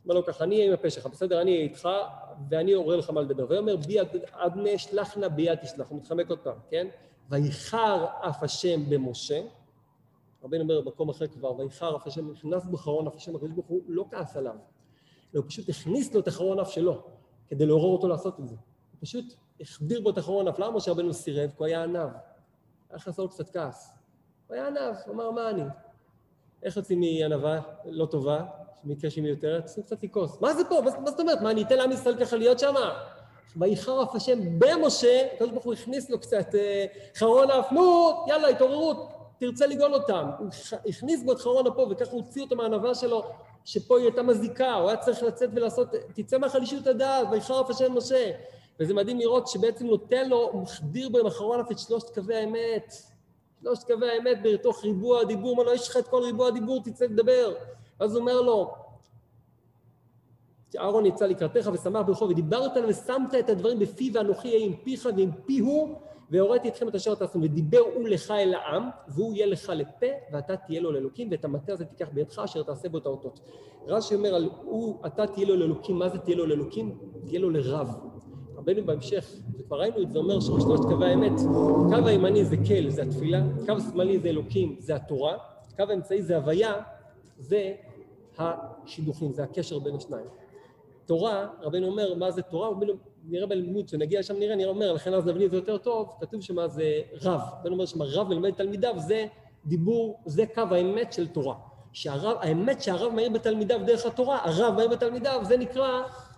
אומר לו ככה, אני אהיה עם הפה שלך, בסדר, אני אהיה איתך, ואני אורא לך מה לדבר. ואומר, ביד אדנה שלחנה ביד תשלח, הוא מתחמק עוד פעם, כן? ויחר אף השם במשה, רבינו אומר במקום אחר כבר, ויחר אף השם, נכנס בחרון אף השם, הקדוש ברוך הוא לא כעס עליו, הוא פשוט הכניס לו את החרון אף שלו, כדי לעורר אותו לעשות את זה. הוא פשוט החדיר בו את החרון אף, למה שרבנו סירב? כי הוא היה ענב. היה חסר לו קצת כעס. הוא היה ענב, הוא אמר, מה אני? איך יוצאים מענבה לא טובה, שמקרה שהיא מיותרת? עושים קצת לכוס. מה זה פה? מה זאת אומרת? מה, אני אתן לעם ישראל ככה להיות שם? ויחר אף השם במשה, הקדוש ברוך הוא הכניס לו קצת חרון אף, נו, יאללה, התעוררות, תרצה לגאול אותם. הוא הכניס בו את חרון אפו, וככה הוא הוציא אותו מהענבה שלו, שפה היא הייתה מזיקה, הוא היה צריך לצאת ולעשות, תצא מהחלישות הדעת, ויחר אף השם משה. וזה מדהים לראות שבעצם נותן לו, הוא מחדיר בו עם החרון אף את 3 קווי האמת. 3 קווי האמת בתוך ריבוע הדיבור, מה לא יש לך את כל ריבוע הדיבור, תצא לדבר. אז הוא אומר לו, אהרון יצא לקראתך ושמח ברכו, ודיברת ושמת את הדברים בפי ואנוכי יהיה עם פיך ועם פיהו, והוריתי אתכם את אשר תעשו, ודיבר הוא לך אל העם, והוא יהיה לך לפה, ואתה תהיה לו לאלוקים, ואת המטה הזה תיקח בידך, אשר תעשה בו את האותות. רש"י אומר על הוא, אתה תהיה לו לאלוקים, מה זה תהיה לו לאלוקים? תהיה לו לרב. רבנו בהמשך, וכבר ראינו את זה אומר ששלושת קווי האמת, קו הימני זה כל, זה התפילה, קו שמאלי זה אלוקים, זה התורה, קו האמצעי זה הוויה, זה השידוכים, זה הקשר בין השניים. תורה, רבנו אומר, מה זה תורה? רבנו נראה בלימוד, שנגיע שם נראה אומר, לכן אז נבין את זה יותר טוב, כתוב שמה זה רב. רבנו אומר שמה רב מלמד תלמידיו, זה דיבור, זה קו האמת של תורה. האמת שהרב מאיר בתלמידיו דרך התורה, הרב מאיר בתלמידיו, זה נקרא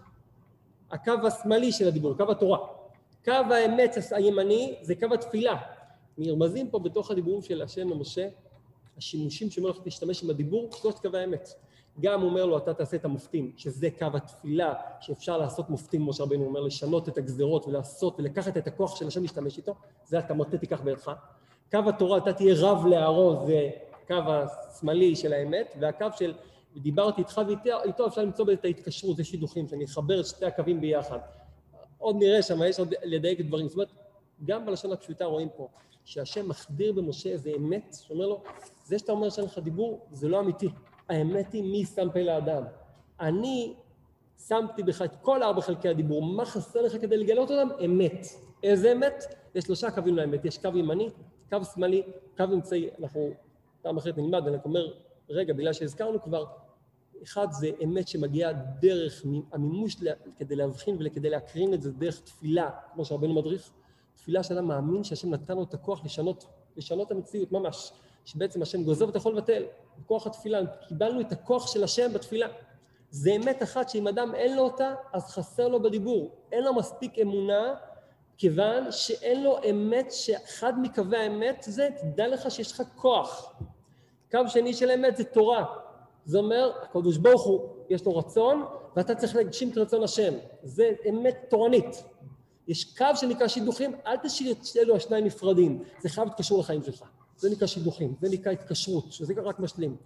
הקו השמאלי של הדיבור, קו התורה. קו האמת הימני זה קו התפילה. נרמזים פה בתוך הדיבורים של השם למשה, השימושים שאומר לך להשתמש עם הדיבור, 3 קווי האמת. גם הוא אומר לו, אתה תעשה את המופתים, שזה קו התפילה, שאפשר לעשות מופתים, כמו שרבנו אומר, לשנות את הגזרות ולעשות ולקחת את הכוח של השם להשתמש איתו, זה אתה מוטה תיקח בידך. קו התורה, אתה תהיה רב לארון, זה קו השמאלי של האמת, והקו של ודיברתי איתך ואיתו, אפשר למצוא את ההתקשרות, זה שידוכים, שאני אחבר את 2 הקווים ביחד. עוד נראה שם, יש עוד לדייק דברים. זאת אומרת, גם בלשון הפשוטה רואים פה, שהשם מחדיר במשה איזה אמת, שאומר לו, זה שאתה אומר שאין לך דיבור, זה לא אמיתי. האמת היא מי שם פה לאדם. אני שמתי בך את כל 4 חלקי הדיבור, מה חסר לך כדי לגלות אותם? אמת. איזה אמת? יש 3 קווים לאמת, יש קו ימני, קו שמאלי, קו אמצעי, אנחנו פעם אחרת נלמד, ואני אומר, רגע, בגלל שהזכרנו כבר, אחד זה אמת שמגיעה דרך המימוש כדי להבחין וכדי להקרין את זה דרך תפילה, כמו שרבנו מדריך, תפילה שאדם מאמין שהשם נתן לו את הכוח לשנות המציאות ממש, שבעצם השם גוזר ואתה יכול לבטל, בכוח התפילה, קיבלנו את הכוח של השם בתפילה. זה אמת אחת שאם אדם אין לו אותה, אז חסר לו בדיבור, אין לו מספיק אמונה, כיוון שאין לו אמת שאחד מקווי האמת זה, תדע לך שיש לך כוח. קו שני של האמת זה תורה. זה אומר, הקדוש ברוך הוא, יש לו רצון, ואתה צריך להגשים את רצון השם. זה אמת תורנית. יש קו שנקרא שידוכים, אל תשאיר את אלו השניים נפרדים. זה חייב להתקשור לחיים שלך. זה נקרא שידוכים, זה נקרא התקשרות, שזה רק משלים.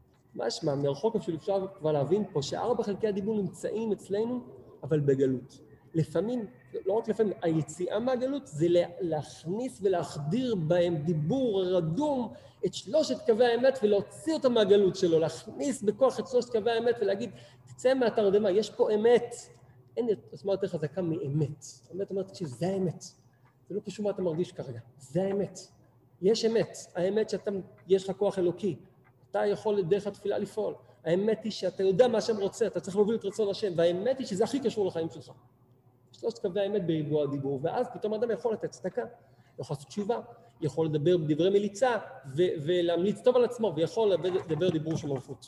משמע, מרחוק אפשר כבר להבין פה, ש4 חלקי הדיבור נמצאים אצלנו, אבל בגלות. לפעמים, לא רק לפעמים, היציאה מהגלות זה להכניס ולהחדיר בהם דיבור רדום את 3 קווי האמת ולהוציא אותם מהגלות שלו, להכניס בכוח את 3 קווי האמת ולהגיד, תצא מהתרדמה, יש פה אמת. אין עוצמה יותר חזקה מאמת. האמת אומרת שזה האמת. זה לא קשור מה אתה מרגיש כרגע, זה האמת. יש אמת. האמת יש לך כוח אלוקי. אתה יכול דרך התפילה לפעול. האמת היא שאתה יודע מה השם רוצה, אתה צריך להוביל את רצון השם, והאמת היא שזה הכי קשור לחיים שלך. 3 קווי האמת בריבוע הדיבור, ואז פתאום האדם יכול לתת צדקה, יכול לעשות תשובה, יכול לדבר דברי מליצה, ולהמליץ טוב על עצמו, ויכול לדבר דיבור של מלכות.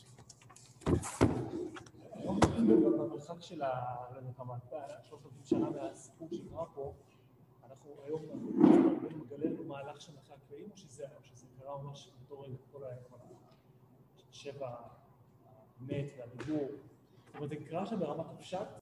במרחק של כמה 3,000 שנה מהסיפור שקרה פה, אנחנו היום מגלה לנו מהלך של אחרי הקרעים, או שזה קרה ממש בתור כל השבע האמת והדיבור. זאת אומרת, זה קרה שברמת הפשט,